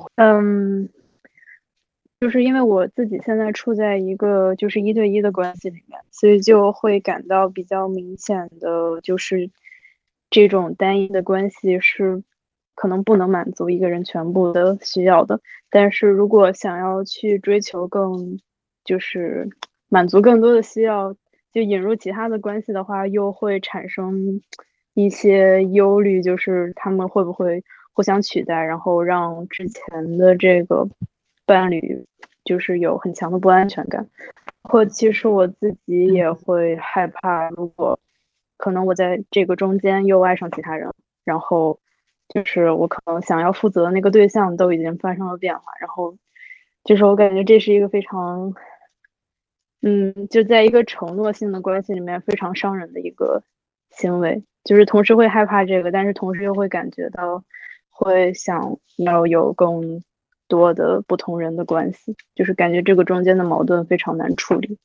就是因为我自己现在处在一个就是1对1的关系里面，所以就会感到比较明显的，就是这种单一的关系是可能不能满足一个人全部的需要的。但是如果想要去追求就是满足更多的需要，就引入其他的关系的话，又会产生一些忧虑，就是他们会不会互相取代，然后让之前的这个伴侣就是有很强的不安全感。或其实我自己也会害怕，如果可能我在这个中间又爱上其他人，然后就是我可能想要负责的那个对象都已经发生了变化，然后就是我感觉这是一个非常就在一个承诺性的关系里面非常伤人的一个行为，就是同时会害怕这个，但是同时又会感觉到会想要有更多的不同人的关系，就是感觉这个中间的矛盾非常难处理。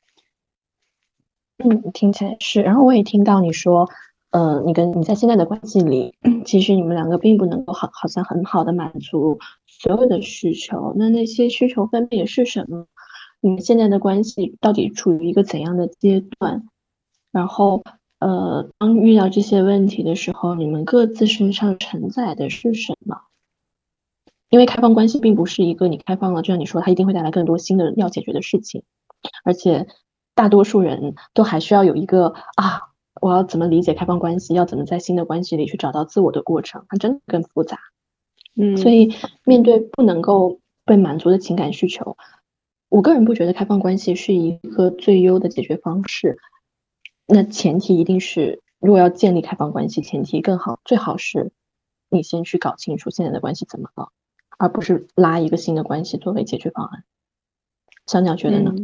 听起来是。然后我也听到你说，你在现在的关系里，其实你们两个并不能够好像很好的满足所有的需求。那些需求分别是什么？你们现在的关系到底处于一个怎样的阶段？然后，当遇到这些问题的时候，你们各自身上承载的是什么？因为开放关系并不是一个你开放了，就像你说，它一定会带来更多新的要解决的事情，而且大多数人都还需要有一个我要怎么理解开放关系，要怎么在新的关系里去找到自我的过程，它真的更复杂。所以面对不能够被满足的情感需求，我个人不觉得开放关系是一个最优的解决方式。那前提一定是，如果要建立开放关系，前提最好是你先去搞清楚现在的关系怎么了，而不是拉一个新的关系作为解决方案。小鸟觉得呢？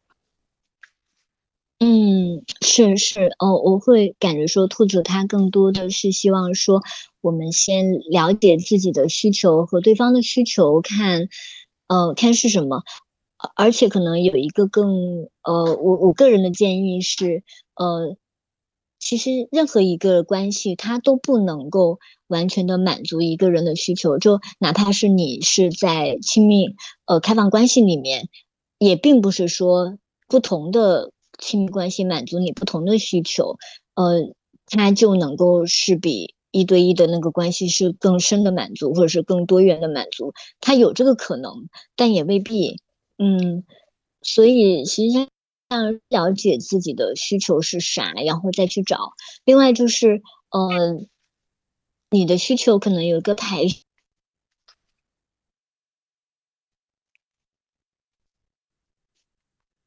我会感觉说，兔子它更多的是希望说，我们先了解自己的需求和对方的需求，看是什么，而且可能有一个我个人的建议是，其实任何一个关系，它都不能够完全的满足一个人的需求，就哪怕是你是在开放关系里面，也并不是说不同的亲密关系满足你不同的需求，它就能够是比1对1的那个关系是更深的满足，或者是更多元的满足，它有这个可能，但也未必。所以实际上了解自己的需求是啥，然后再去找。另外就是，你的需求可能有一个排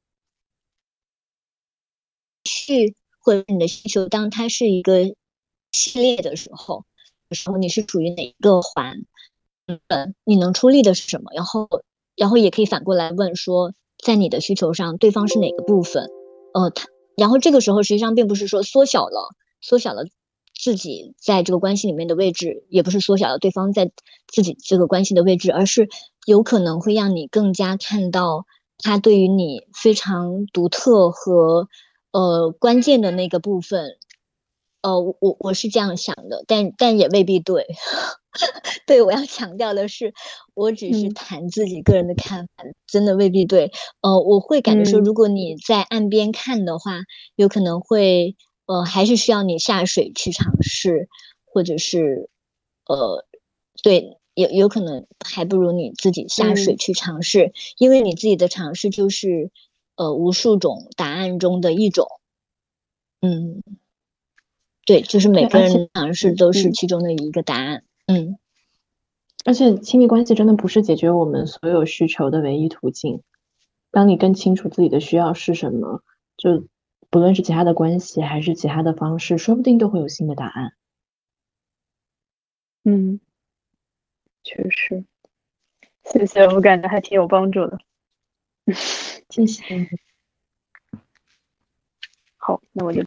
序，或者你的需求，当它是一个系列的时候你是处于哪一个环？你能出力的是什么？然后也可以反过来问说，在你的需求上，对方是哪个部分？然后这个时候实际上并不是说缩小了自己在这个关系里面的位置，也不是缩小了对方在自己这个关系的位置，而是有可能会让你更加看到他对于你非常独特和关键的那个部分。我是这样想的，但也未必对。对，我要强调的是，我只是谈自己个人的看法，真的未必对。我会感觉说，如果你在岸边看的话，有可能会，还是需要你下水去尝试，或者是，对，有可能还不如你自己下水去尝试，因为你自己的尝试就是，无数种答案中的一种。嗯，对，就是每个人尝试都是其中的一个答案。 而且亲密关系真的不是解决我们所有需求的唯一途径。当你更清楚自己的需要是什么，就不论是其他的关系还是其他的方式，说不定都会有新的答案。 确实，谢谢，我感觉还挺有帮助的。 谢谢。 好，那我就。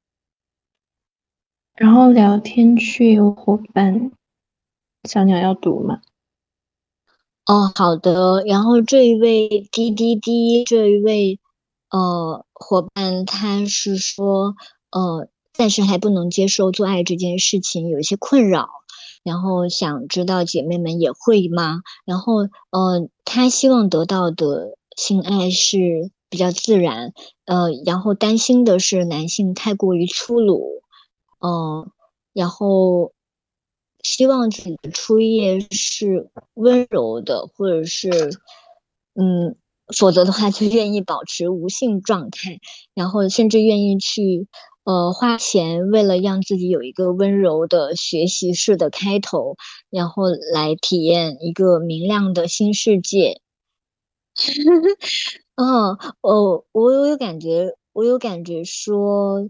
然后聊天区有伙伴，小鸟要读吗？ 好的。然后这一位这一位伙伴，他是说暂时还不能接受做爱这件事情，有一些困扰，然后想知道姐妹们也会吗？然后他希望得到的性爱是比较自然，然后担心的是男性太过于粗鲁，然后希望自己的初夜是温柔的，或者是否则的话就愿意保持无性状态，然后甚至愿意去花钱，为了让自己有一个温柔的学习式的开头，然后来体验一个明亮的新世界。我有感觉说，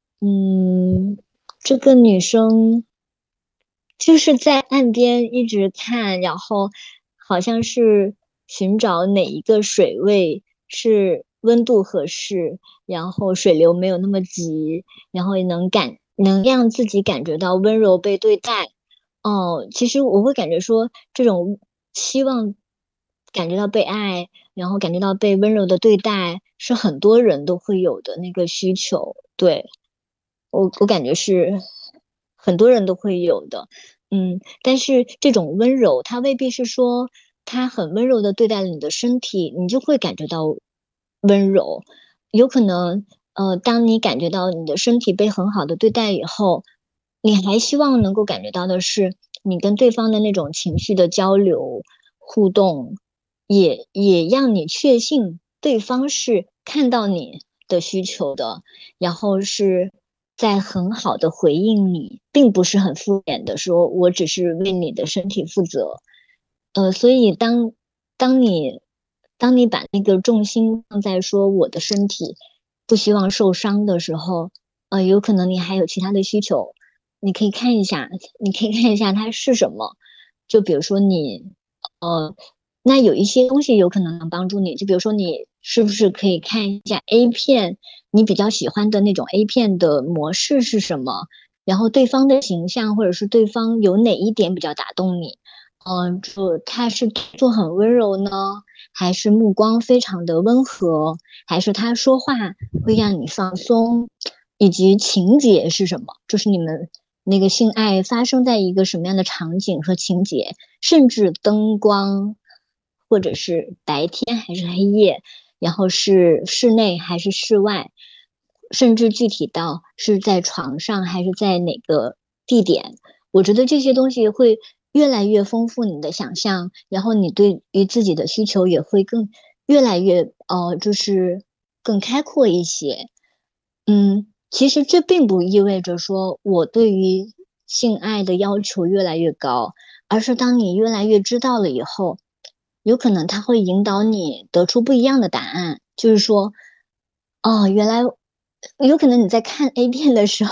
这个女生就是在岸边一直看，然后好像是寻找哪一个水位是温度合适，然后水流没有那么急，然后也能让自己感觉到温柔被对待。其实我会感觉说，这种希望感觉到被爱，然后感觉到被温柔的对待，是很多人都会有的那个需求。对，我感觉是很多人都会有的。但是这种温柔，它未必是说他很温柔的对待了你的身体，你就会感觉到温柔。有可能，当你感觉到你的身体被很好的对待以后，你还希望能够感觉到的是你跟对方的那种情绪的交流互动，也让你确信对方是看到你的需求的，然后是在很好的回应你，并不是很敷衍的说我只是为你的身体负责。所以当你当你把那个重心放在说我的身体不希望受伤的时候，有可能你还有其他的需求，你可以看一下，你可以看一下它是什么。就比如说那有一些东西有可能能帮助你，就比如说你是不是可以看一下 A 片，你比较喜欢的那种 A 片的模式是什么？然后对方的形象或者是对方有哪一点比较打动你？就他是做很温柔呢，还是目光非常的温和，还是他说话会让你放松，以及情节是什么？就是你们那个性爱发生在一个什么样的场景和情节，甚至灯光，或者是白天还是黑夜，然后是室内还是室外，甚至具体到是在床上还是在哪个地点。我觉得这些东西会越来越丰富你的想象，然后你对于自己的需求也会越来越就是更开阔一些。其实这并不意味着说我对于性爱的要求越来越高，而是当你越来越知道了以后，有可能它会引导你得出不一样的答案。就是说，原来有可能你在看 A 片的时候，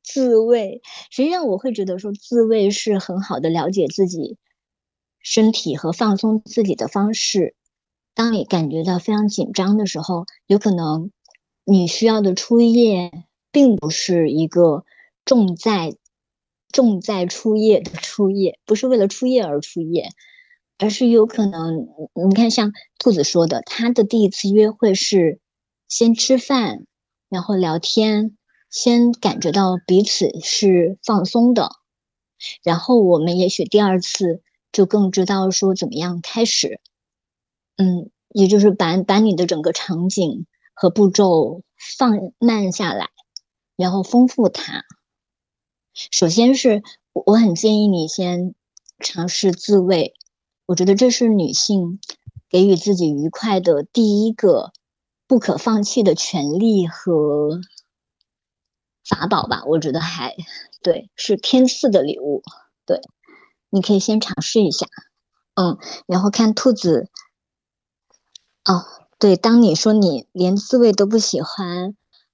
自慰。实际上，我会觉得说自慰是很好的了解自己身体和放松自己的方式。当你感觉到非常紧张的时候，有可能你需要的出液并不是一个重在出液的出液，不是为了出液而出液，而是有可能，你看像兔子说的，他的第一次约会是先吃饭，然后聊天，先感觉到彼此是放松的，然后我们也许第二次就更知道说怎么样开始。也就是把你的整个场景和步骤放慢下来，然后丰富它。首先是我很建议你先尝试自慰，我觉得这是女性给予自己愉快的第一个不可放弃的权利和法宝吧。我觉得对，是天赐的礼物。对，你可以先尝试一下，然后看兔子。哦，对，当你说你连自慰都不喜欢，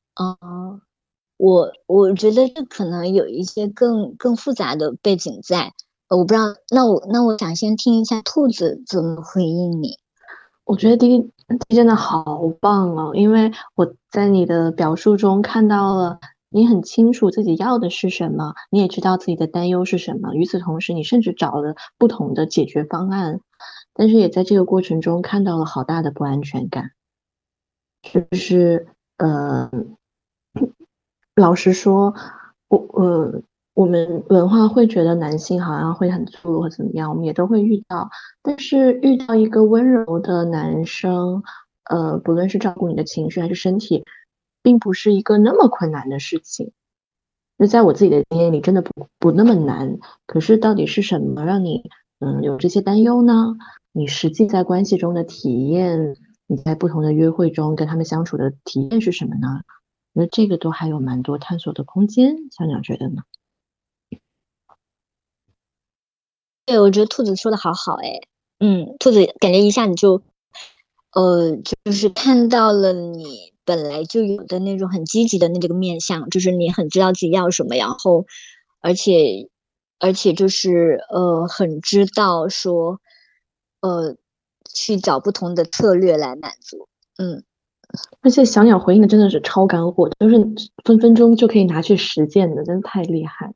我觉得这可能有一些更复杂的背景在，我不知道。那我想先听一下兔子怎么回应你。 我觉得第一真的好棒哦，因为我在你的表述中看到了你很清楚自己要的是什么，你也知道自己的担忧是什么。与此同时，你甚至找了不同的解决方案，但是也在这个过程中看到了好大的不安全感。就是老实说，我们文化会觉得男性好像会很粗鲁或怎么样，我们也都会遇到。但是遇到一个温柔的男生，不论是照顾你的情绪还是身体，并不是一个那么困难的事情。那在我自己的经验里，真的不那么难。可是到底是什么让你有这些担忧呢？你实际在关系中的体验，你在不同的约会中跟他们相处的体验是什么呢？那这个都还有蛮多探索的空间，小鸟觉得呢？ 对，我觉得兔子说的好好，哎，兔子感觉一下子就是看到了你本来就有的那种很积极的那个面相，就是你很知道自己要什么，然后而且就是很知道说去找不同的策略来满足。 而且小鸟回应的真的是超干货，就是分分钟就可以拿去实践的，真的太厉害。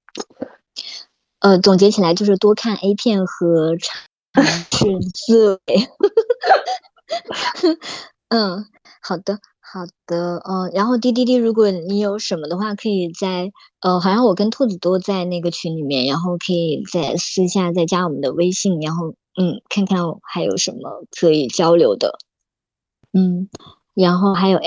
总结起来就是多看 A 片和尝试自慰。好的，好的，然后滴滴滴，如果你有什么的话，可以在好像我跟兔子都在那个群里面，然后可以在私下再加我们的微信，然后看看还有什么可以交流的。然后还有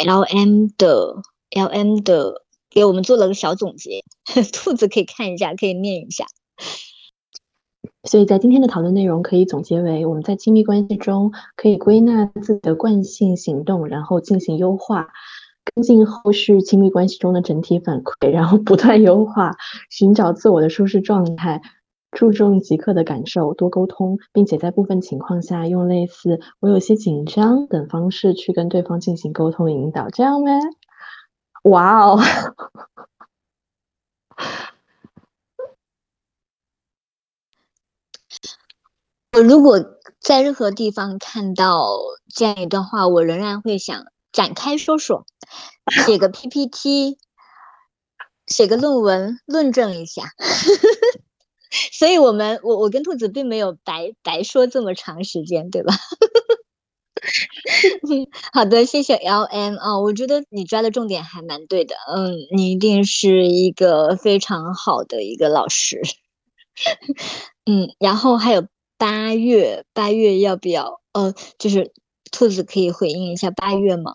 LM 的给我们做了个小总结，兔子可以看一下，可以念一下。 所以在今天的讨论内容可以总结为，我们在亲密关系中可以归纳自己的惯性行动，然后进行优化，跟进后续亲密关系中的整体反馈，然后不断优化，寻找自我的舒适状态，注重即刻的感受，多沟通，并且在部分情况下用类似“我有些紧张”等方式去跟对方进行沟通引导，这样呗？哇哦！ 我如果在任何地方看到这样一段话，我仍然会想展开说说，写个 PPT，写个论文论证一下。所以我跟兔子并没有白说这么长时间，对吧？好的，谢谢 LM 我觉得你抓的重点还蛮对的，你一定是一个非常好的一个老师。然后还有八月要不要？就是兔子可以回应一下八月吗？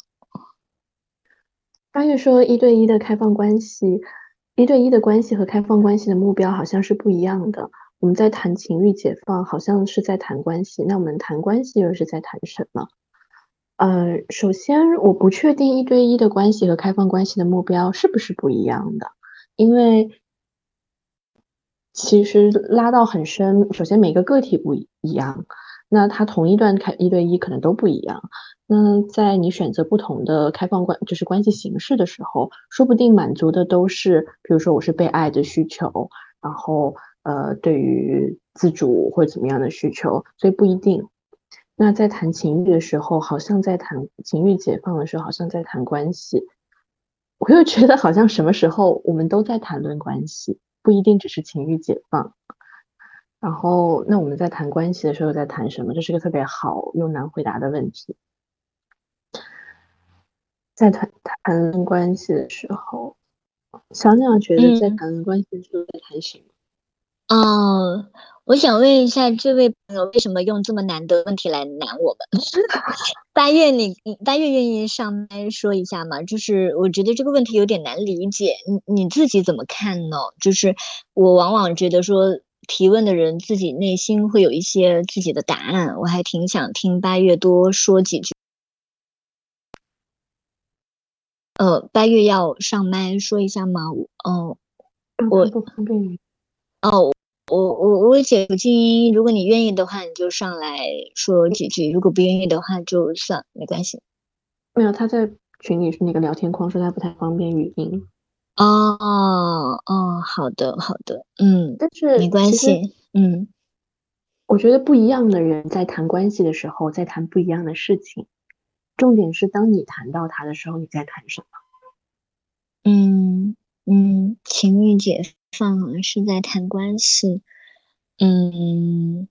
八月说一对一的开放关系，一对一的关系和开放关系的目标好像是不一样的。我们在谈情欲解放，好像是在谈关系，那我们谈关系又是在谈什么？首先我不确定一对一的关系和开放关系的目标是不是不一样的，因为其实拉到很深，首先每个个体不一样， 那它同一段一对一可能都不一样。那在你选择不同的开放就是关系形式的时候，说不定满足的都是，比如说我是被爱的需求，然后对于自主或者怎么样的需求，所以不一定。那在谈情欲的时候，好像在谈情欲解放的时候，好像在谈关系。我又觉得好像什么时候我们都在谈论关系，不一定只是情欲解放。然后，那我们在谈关系的时候在谈什么？这是个特别好又难回答的问题。在谈论关系的时候，小鸟觉得在谈论关系的时候在谈什么？ 哦，我想问一下这位朋友，为什么用这么难的问题来难我们？八月八月愿意上麦说一下吗？就是我觉得这个问题有点难理解，你自己怎么看呢？就是我往往觉得说提问的人自己内心会有一些自己的答案，我还挺想听八月多说几句。八月要上麦说一下吗？我不方便于我解不静音，如果你愿意的话，你就上来说几句；如果不愿意的话，就算没关系。 没有，他在群里是那个聊天框说他不太方便语音。 好的好的， 但没是其实关系， 我觉得不一样的人在谈关系的时候，在谈不一样的事情。重点是当你谈到他的时候，你在谈什么？ 情欲解放好像是在谈关系，嗯。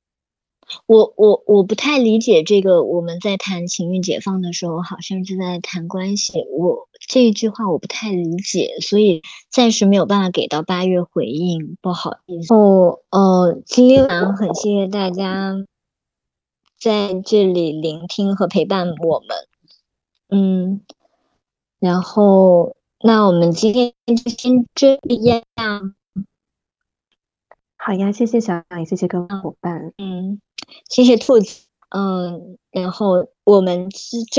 我不太理解这个，我们在谈情欲解放的时候，好像是在谈关系。这一句话我不太理解，所以暂时没有办法给到八月回应，不好意思。今晚很谢谢大家在这里聆听和陪伴我们，然后那我们今天就先这样。 好呀，谢谢小杨，也谢谢各位伙伴。 谢谢兔子。然后我们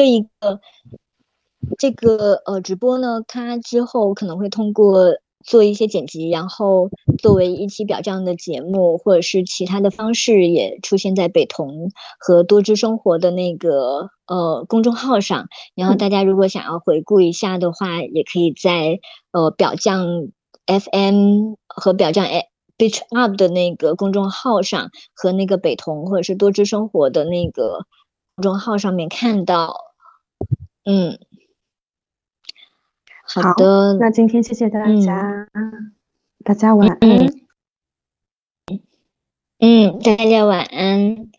这个直播呢，它之后可能会通过做一些剪辑，然后作为一期表这样的节目，或者是其他的方式也出现在北童和多知生活的那个公众号上。然后大家如果想要回顾一下的话，也可以在表酱 FM 和表酱Beach Up 的那个公众号上和那个北童或者是多知生活的那个公众号上面看到。好的， 那今天谢谢大家，大家晚安。 大家晚安。